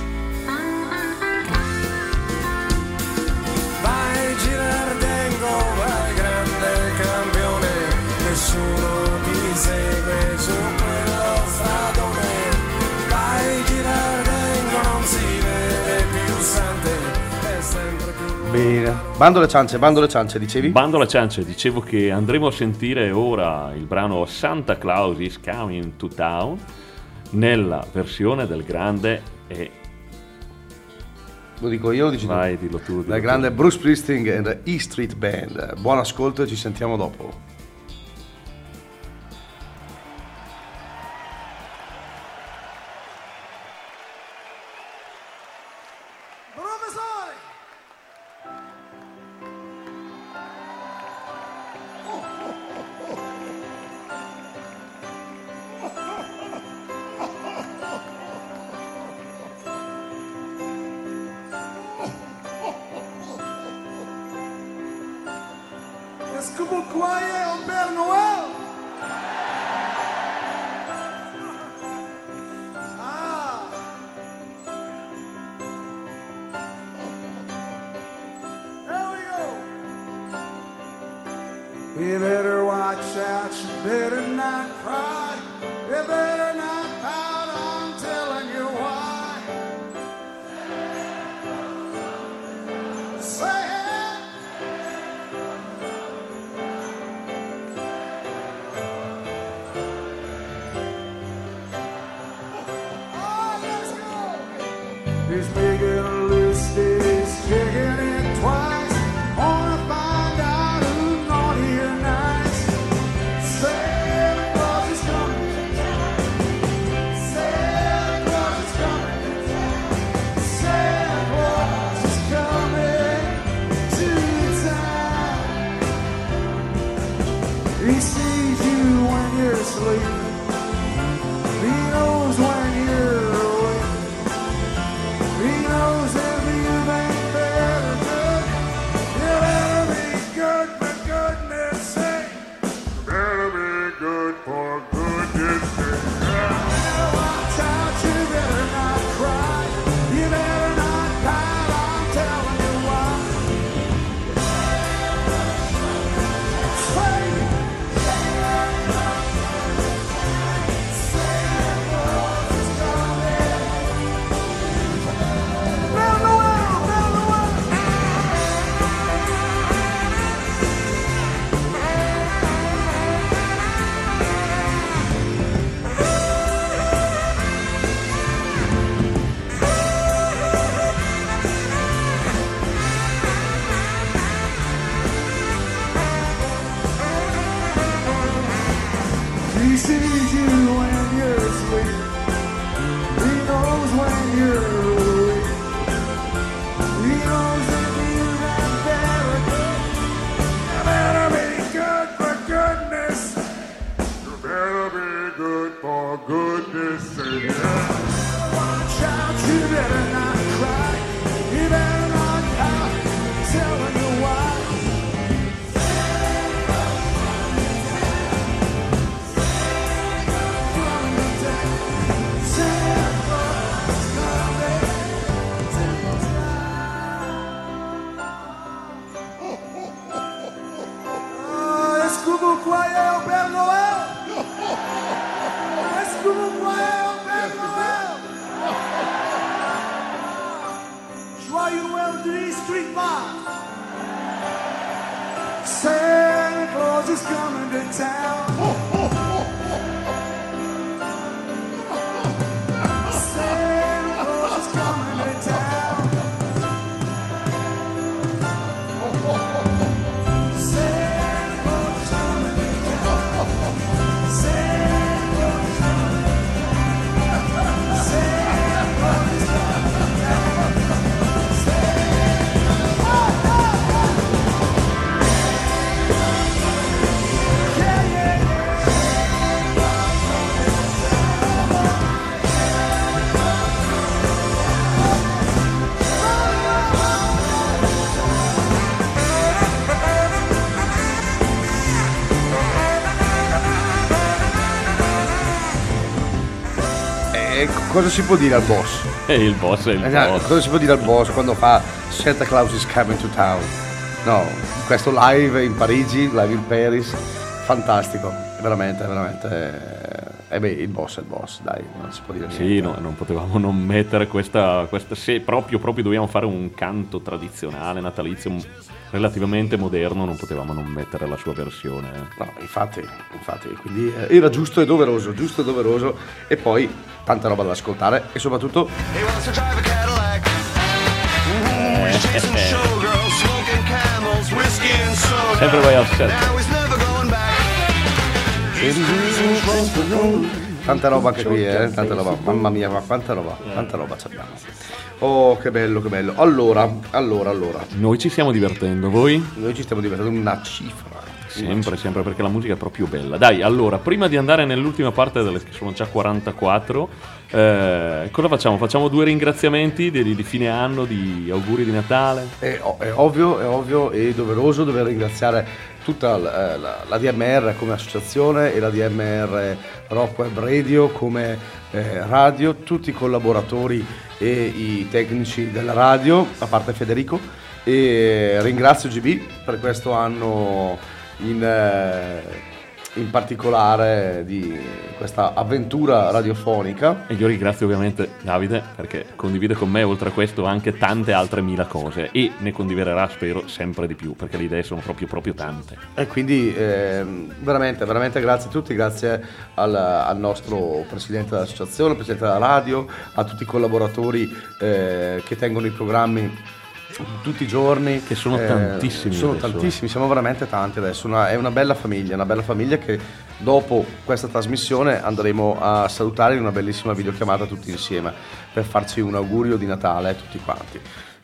Speaker 5: Vai Girardengo, vai grande campione, nessuno ti segue su quello stradone. Vai Girardengo, non si vede più sante, è sempre più.
Speaker 2: Bene. Bando le ciance, bando le ciance, dicevi?
Speaker 4: Bando alla ciance, dicevo che andremo a sentire ora il brano Santa Claus is Coming to Town nella versione del grande e
Speaker 2: Lo dico io, lo dici tu?
Speaker 4: vai, dillo tu. dillo
Speaker 2: Del
Speaker 4: tu.
Speaker 2: grande Bruce Springsteen e the E Street Band. Buon ascolto e ci sentiamo dopo.
Speaker 1: Professore! Est-ce que vous croyez au Père Noël? Ah! There we go! You better watch out, you better not cry, you better not pout, I'm telling you why. Santa sleep. He knows when you're awake. He knows if you've ain't better good. You better be good for goodness sake. You better be good for goodness sake. Better watch out, you better not cry. You better not pout, I'm telling you why. Say, round the world, round the world. He sees you when you're asleep. He knows when you're awake. He knows if you have better good. You better be good for goodness. You better be good for goodness sake. Watch out, you better not cry. You better not pout. I'm telling you why. Est-ce que vous croyez au Père Noël? Est-ce que vous croyez au Père Noël? Joyeux Noël de East Street Bar. Santa Claus is coming to town. Santa Claus is coming to town. Santa Claus is coming to town. Santa Claus is coming to town. Santa Claus is coming to town. Yeah, yeah, yeah.
Speaker 2: E cosa si può dire al boss?
Speaker 4: E il boss è il
Speaker 2: Esatto,
Speaker 4: boss.
Speaker 2: cosa si può dire al boss quando fa Santa Claus is coming to town? No, questo live in Parigi, live in Paris, fantastico, veramente, veramente. E beh, il boss è il boss, dai, non si può dire niente.
Speaker 4: Sì, no, non potevamo non mettere questa, questa se proprio, proprio dobbiamo fare un canto tradizionale natalizio m- relativamente moderno, non potevamo non mettere la sua versione.
Speaker 2: No, infatti, infatti, quindi eh, era giusto e doveroso, giusto e doveroso, e poi tanta roba da ascoltare e soprattutto
Speaker 1: He wants to drive a Cadillac. He's chasing showgirls, smoking camels, whiskey and soda.
Speaker 4: Sempre vai al set.
Speaker 1: Now he's never going back.
Speaker 2: tanta roba anche qui, eh, tanta roba, mamma mia, ma quanta roba, quanta roba ci abbiamo. Oh, che bello, che bello. Allora, allora, allora,
Speaker 4: Noi ci stiamo divertendo, voi?
Speaker 2: noi ci stiamo divertendo una cifra.
Speaker 4: Sempre, sempre, perché la musica è proprio bella. Dai, allora, prima di andare nell'ultima parte, delle che sono già quarantaquattro, eh, cosa facciamo? Facciamo due ringraziamenti di, di fine anno, di auguri di Natale.
Speaker 2: È, o- è ovvio, è ovvio e doveroso dover ringraziare tutta la, la, la D M R come associazione e la D M R Rock Web Radio come eh, radio, tutti i collaboratori e i tecnici della radio, a parte Federico, e ringrazio G B per questo anno in, eh, in particolare di questa avventura radiofonica.
Speaker 4: E io ringrazio ovviamente Davide perché condivide con me oltre a questo anche tante altre mila cose e ne condividerà, spero, sempre di più, perché le idee sono proprio proprio tante.
Speaker 2: E quindi eh, veramente, veramente grazie a tutti, grazie al, al nostro presidente dell'associazione, al presidente della radio, a tutti i collaboratori eh, che tengono i programmi tutti i giorni,
Speaker 4: Che sono tantissimi
Speaker 2: sono
Speaker 4: adesso,
Speaker 2: tantissimi, siamo veramente tanti adesso, una- è una bella famiglia, una bella famiglia che dopo questa trasmissione andremo a salutare in una bellissima videochiamata tutti insieme per farci un augurio di Natale a tutti quanti.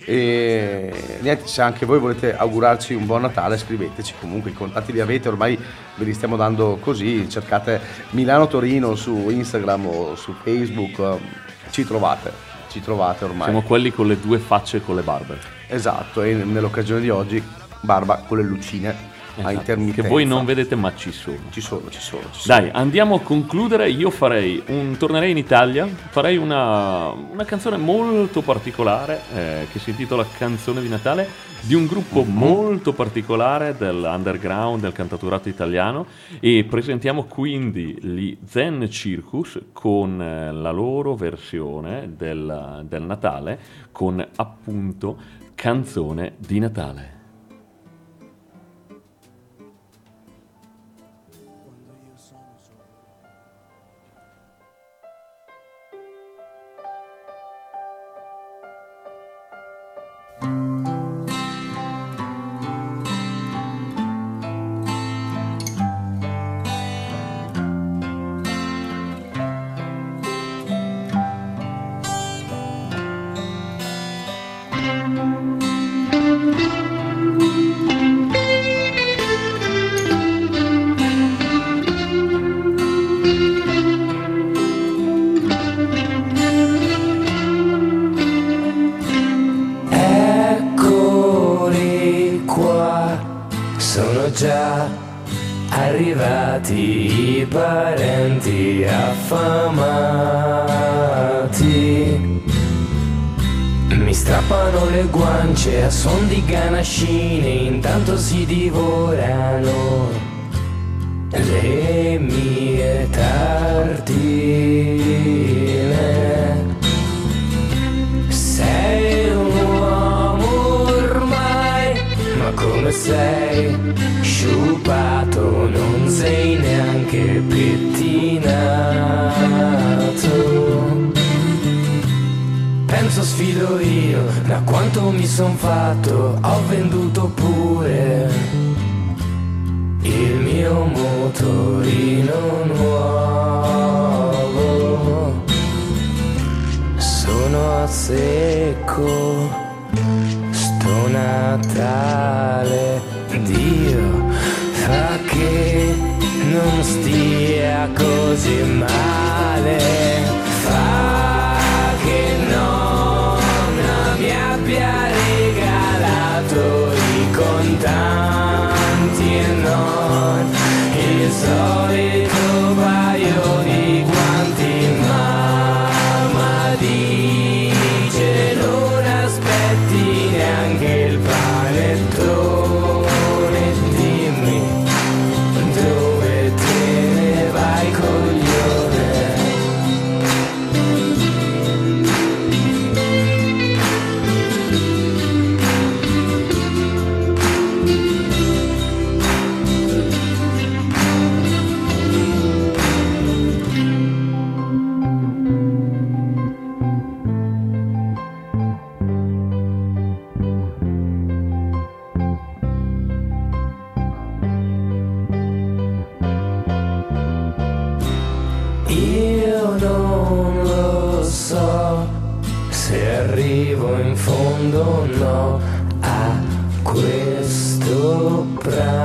Speaker 2: E niente, se anche voi volete augurarci un buon Natale scriveteci, comunque i contatti li avete, ormai ve li stiamo dando così, cercate Milano Torino su Instagram o su Facebook, ci trovate, ci trovate ormai.
Speaker 4: Siamo quelli con le due facce e con le barbe.
Speaker 2: Esatto, e nell'occasione di oggi barba con le lucine.
Speaker 4: Esatto, che voi non vedete ma ci sono.
Speaker 2: Ci sono, ci sono, ci sono.
Speaker 4: Dai, andiamo a concludere. Io farei un tornerei in Italia, farei una, una canzone molto particolare eh, che si intitola Canzone di Natale, di un gruppo mm-hmm. molto particolare dell'underground, del cantauturato italiano, e presentiamo quindi gli Zen Circus con eh, la loro versione del, del Natale, con appunto Canzone di Natale.
Speaker 11: già arrivati i parenti affamati. Mi strappano le guance a son di ganascine, intanto si divorano le mie tartine. Sei un uomo ormai, ma come sei sciupato, non sei neanche pettinato. Penso sfido io, da quanto mi son fatto, ho venduto pure il mio motorino nuovo. Sono a secco, sto Natale, Dio fa che non stia così male, fa che non mi abbia regalato i contanti e non il solito paio di guanti. Mamma dice non aspetti neanche il panettone, dimmi dove te ne vai, coglione. Io non lo so se arrivo in fondo o no a questo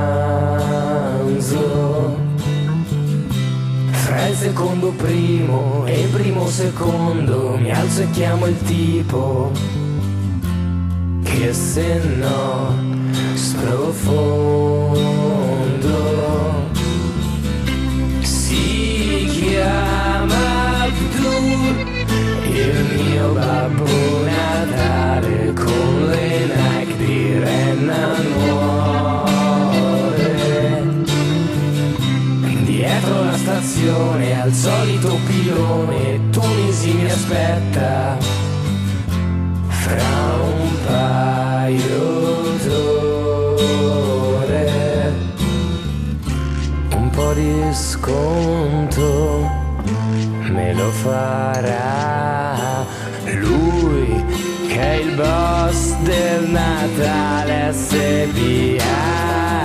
Speaker 11: pranzo. Fra il secondo primo e il primo secondo mi alzo e chiamo il tipo che se no sprofondo. Si chiama Abdul, il mio babbo Natale, con le Nike di renna nuove. Dietro la stazione al solito pilone Tunisi mi aspetta fra un paio d'ore. Un po' di sconto me lo farà lui che è il boss del Natale S P A.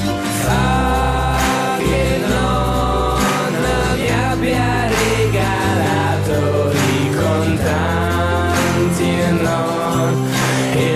Speaker 11: Fa che non mi abbia regalato i contanti e non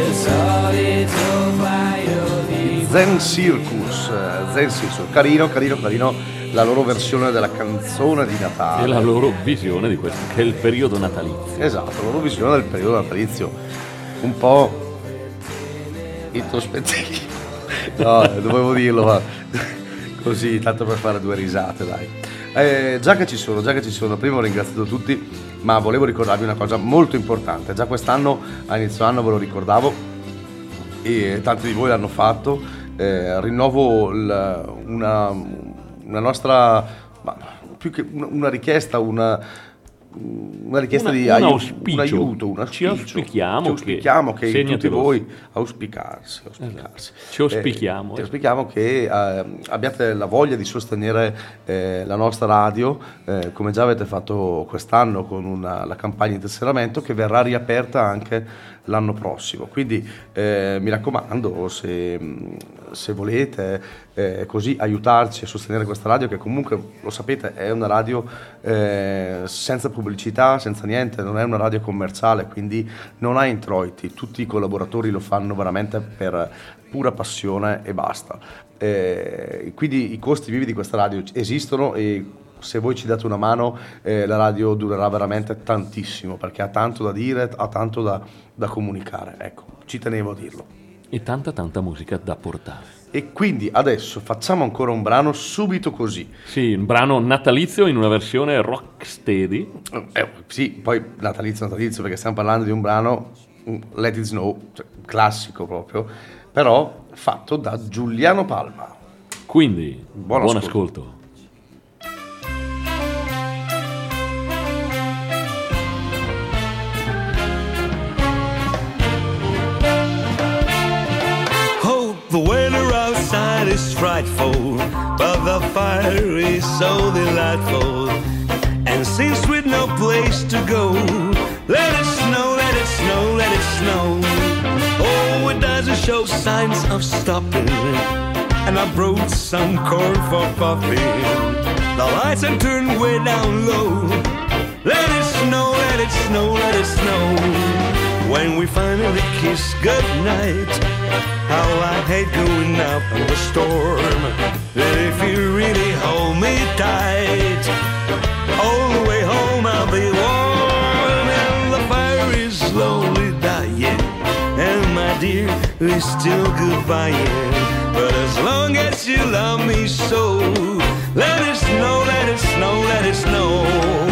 Speaker 2: Zen Circus, eh, Zen Circus, carino, carino, carino la loro versione della canzone di Natale.
Speaker 4: E la loro visione di questo, che è il periodo natalizio.
Speaker 2: Esatto, la loro visione del periodo natalizio, un po' introspettivo. No, dovevo dirlo, ma così, tanto per fare due risate, dai. Eh, già che ci sono, già che ci sono, prima ho ringraziato tutti, ma volevo ricordarvi una cosa molto importante. Già quest'anno, a inizio anno ve lo ricordavo, e tanti di voi l'hanno fatto. Eh, rinnovo il, una, una nostra, ma più che una, una richiesta, una una richiesta
Speaker 4: una,
Speaker 2: di
Speaker 4: un
Speaker 2: aiuto,
Speaker 4: auspicio.
Speaker 2: un aiuto, un auspicio.
Speaker 4: Ci auspichiamo,
Speaker 2: ci auspichiamo che, che tutti voi auspicarsi, auspicarsi.
Speaker 4: Esatto. Ci auspichiamo,
Speaker 2: eh, ci auspichiamo che eh, abbiate la voglia di sostenere eh, la nostra radio, eh, come già avete fatto quest'anno con una, la campagna di tesseramento, che verrà riaperta anche l'anno prossimo. Quindi eh, mi raccomando, se, se volete eh, così aiutarci a sostenere questa radio, che comunque lo sapete è una radio eh, senza pubblicità, senza niente, non è una radio commerciale, quindi non ha introiti, tutti i collaboratori lo fanno veramente per pura passione e basta. Eh, quindi i costi vivi di questa radio esistono, e se voi ci date una mano eh, la radio durerà veramente tantissimo, perché ha tanto da dire, ha tanto da, da comunicare, ecco, ci tenevo a dirlo.
Speaker 4: E tanta tanta musica da portare.
Speaker 2: E quindi adesso facciamo ancora un brano subito così.
Speaker 4: Sì, un brano natalizio in una versione rocksteady.
Speaker 2: Eh, sì, poi natalizio natalizio, perché stiamo parlando di un brano Let It Snow, cioè, classico proprio, però fatto da Giuliano Palma.
Speaker 4: Quindi,
Speaker 2: buon,
Speaker 4: buon
Speaker 2: ascolto.
Speaker 4: ascolto.
Speaker 8: The weather outside is frightful, but the fire is so delightful. And since we've no place to go, let it snow, let it snow, let it snow. Oh, it doesn't show signs of stopping. And I brought some corn for puffing. The lights are turned way down low. Let it snow, let it snow, let it snow. When we finally kiss goodnight, how I hate going out in the storm. But if you really hold me tight, all the way home I'll be warm. And the fire is slowly dying, and my dear, we're still goodbying. But as long as you love me so, let it snow, let it snow, let it snow.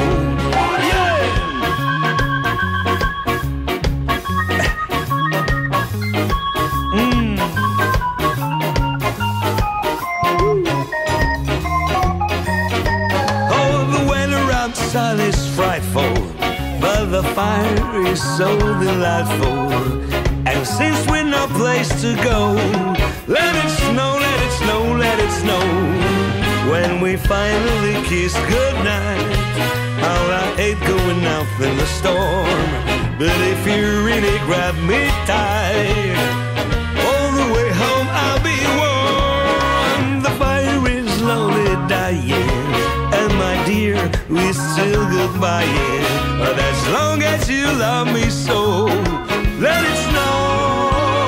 Speaker 8: Sun is frightful, but the fire is so delightful. And since we're no place to go, let it snow, let it snow, let it snow. When we finally kiss goodnight, how I hate going out in the storm. But if you really grab me tight, all the way home I'll be warm. The fire is slowly dying, my dear, we're still goodbye, yeah. But as long as you love me so, let it snow,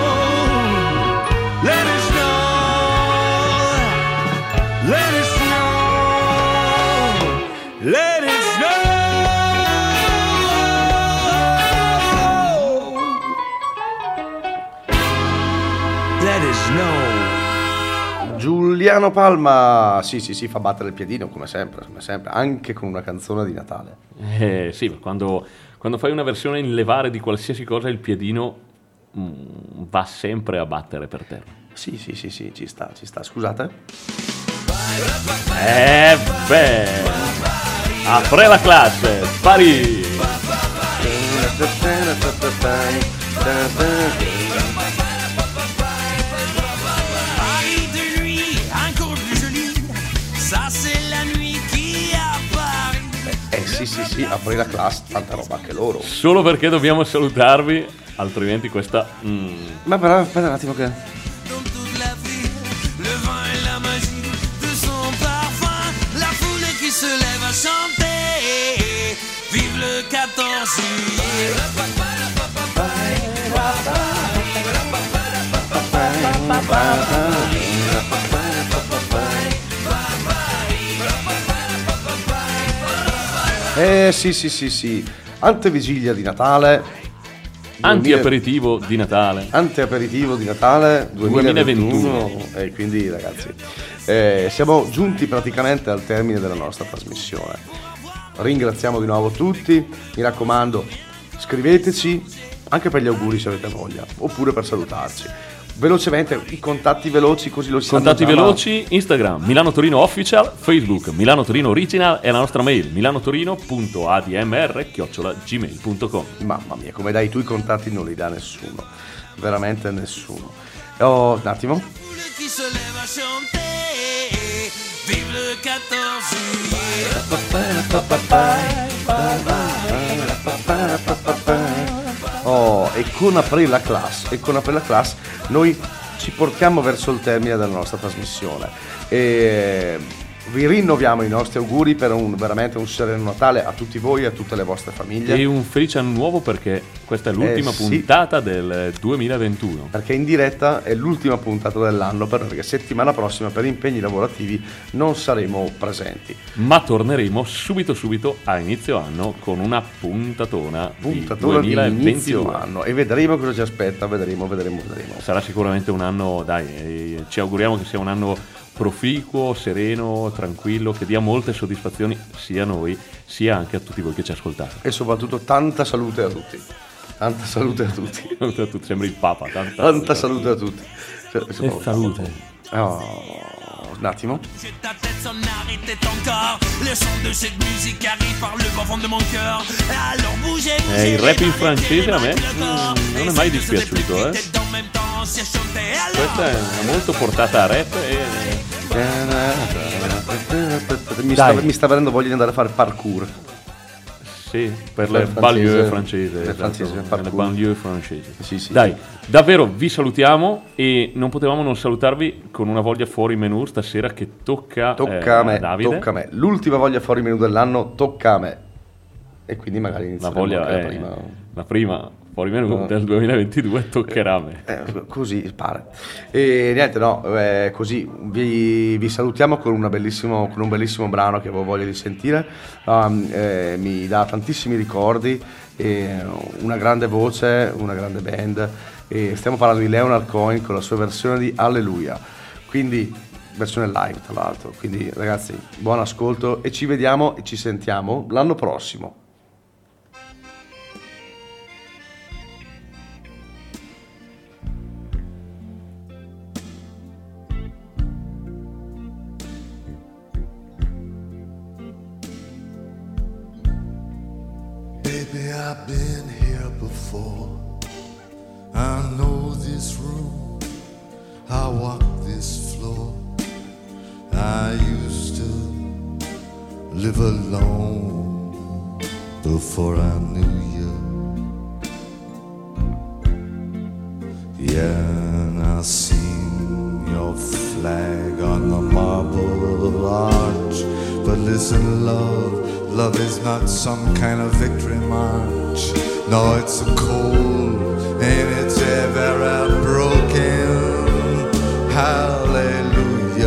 Speaker 8: let it snow, let it snow, let it snow. Let it snow.
Speaker 2: Giuliano Palma, sì sì sì, fa battere il piedino come sempre, come sempre, anche con una canzone di Natale.
Speaker 4: Eh sì, quando, quando fai una versione in levare di qualsiasi cosa, il piedino mm, va sempre a battere per terra.
Speaker 2: Sì sì sì sì, ci sta, ci sta, scusate.
Speaker 4: Eh beh, apre la classe, pari!
Speaker 2: Eh sì sì sì, apri la classe, tanta roba anche loro.
Speaker 4: Solo perché dobbiamo salutarvi, altrimenti questa... Mm.
Speaker 2: Ma però, aspetta un attimo che...
Speaker 3: Vive le quatorze juillet.
Speaker 2: Eh sì sì sì sì, antevigilia di Natale,
Speaker 4: Anti-aperitivo di Natale.
Speaker 2: Anti-aperitivo di Natale duemilaventuno. E quindi ragazzi, eh, siamo giunti praticamente al termine della nostra trasmissione. Ringraziamo di nuovo tutti, mi raccomando, scriveteci anche per gli auguri se avete voglia, oppure per salutarci. Velocemente, i contatti veloci così lo sanno.
Speaker 4: Contatti
Speaker 2: già,
Speaker 4: veloci, ma... Instagram Milano Torino Official, Facebook Milano Torino Original e la nostra mail milanotorino punto a d m r chiocciola gmail punto com.
Speaker 2: Mamma mia, come dai tu i contatti non li dà nessuno, veramente nessuno. Oh, un attimo. Oh, e con April la Class, e con April la Class noi ci portiamo verso il termine della nostra trasmissione e vi rinnoviamo i nostri auguri per un veramente un sereno Natale a tutti voi e a tutte le vostre famiglie.
Speaker 4: E un felice anno nuovo, perché questa è l'ultima
Speaker 2: eh, sì.
Speaker 4: puntata del duemilaventuno.
Speaker 2: Perché in diretta è l'ultima puntata dell'anno, perché settimana prossima per impegni lavorativi non saremo presenti.
Speaker 4: Ma torneremo subito subito a inizio anno con una puntatona,
Speaker 2: puntatona
Speaker 4: di
Speaker 2: di
Speaker 4: duemilaventidue.
Speaker 2: inizio anno e vedremo cosa ci aspetta, vedremo, vedremo, vedremo.
Speaker 4: Sarà sicuramente un anno, dai, eh, ci auguriamo che sia un anno proficuo, sereno, tranquillo, che dia molte soddisfazioni sia a noi sia anche a tutti voi che ci ascoltate.
Speaker 2: E soprattutto tanta salute a tutti. Tanta salute a tutti.
Speaker 4: Salute a tutti, sembri il Papa. Tanta,
Speaker 2: tanta salute a tutti.
Speaker 4: Cioè, e salute.
Speaker 2: Oh, un attimo.
Speaker 4: Eh, il rap in francese a me mm, non è mai dispiaciuto, eh. Questa è una molto portata a rap e...
Speaker 2: Mi sta, mi sta venendo voglia di andare a fare parkour.
Speaker 4: Sì, per le banlieue francesi,
Speaker 2: le francesi,
Speaker 4: esatto, le banlieue francesi.
Speaker 2: Sì, sì,
Speaker 4: Dai,
Speaker 2: sì.
Speaker 4: Davvero vi salutiamo e non potevamo non salutarvi con una voglia fuori menù stasera che tocca,
Speaker 2: tocca
Speaker 4: eh,
Speaker 2: a me,
Speaker 4: Davide.
Speaker 2: Tocca a me. L'ultima voglia fuori menù dell'anno tocca a me. E quindi magari inizieremo
Speaker 4: la voglia
Speaker 2: la
Speaker 4: è
Speaker 2: prima.
Speaker 4: La prima fuori menù no. del duemilaventidue toccherà a me.
Speaker 2: Eh, così pare. E niente, no, eh, così vi, vi salutiamo con, una bellissimo, con un bellissimo brano che avevo voglia di sentire. Um, eh, mi dà tantissimi ricordi, eh, una grande voce, una grande band. E stiamo parlando di Leonard Cohen con la sua versione di Alleluia. Quindi versione live tra l'altro. Quindi ragazzi, buon ascolto e ci vediamo e ci sentiamo l'anno prossimo.
Speaker 8: Baby, I've been here before. I know this room. I walk this floor. I used to live alone before I knew you. Yeah, and I seen your flag on the marble arch. But listen, love. Love is not some kind of victory march. No, it's a cold and it's ever broken. Hallelujah.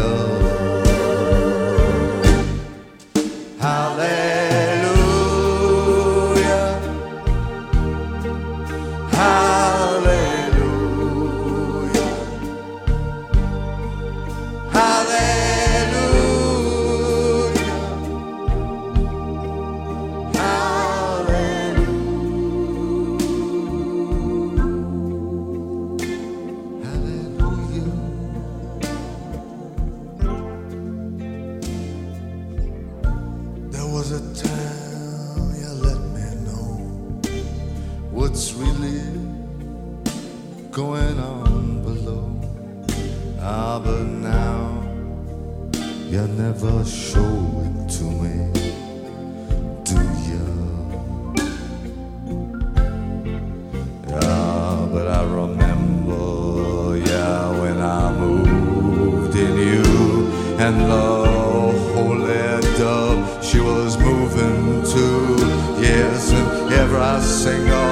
Speaker 8: Hallelujah. Hallelujah. Hallelujah. Going on below, ah, but now you never show it to me, do you? Yeah, but I remember, yeah, when I moved in you, and the holy dove, she was moving too, yes, and every single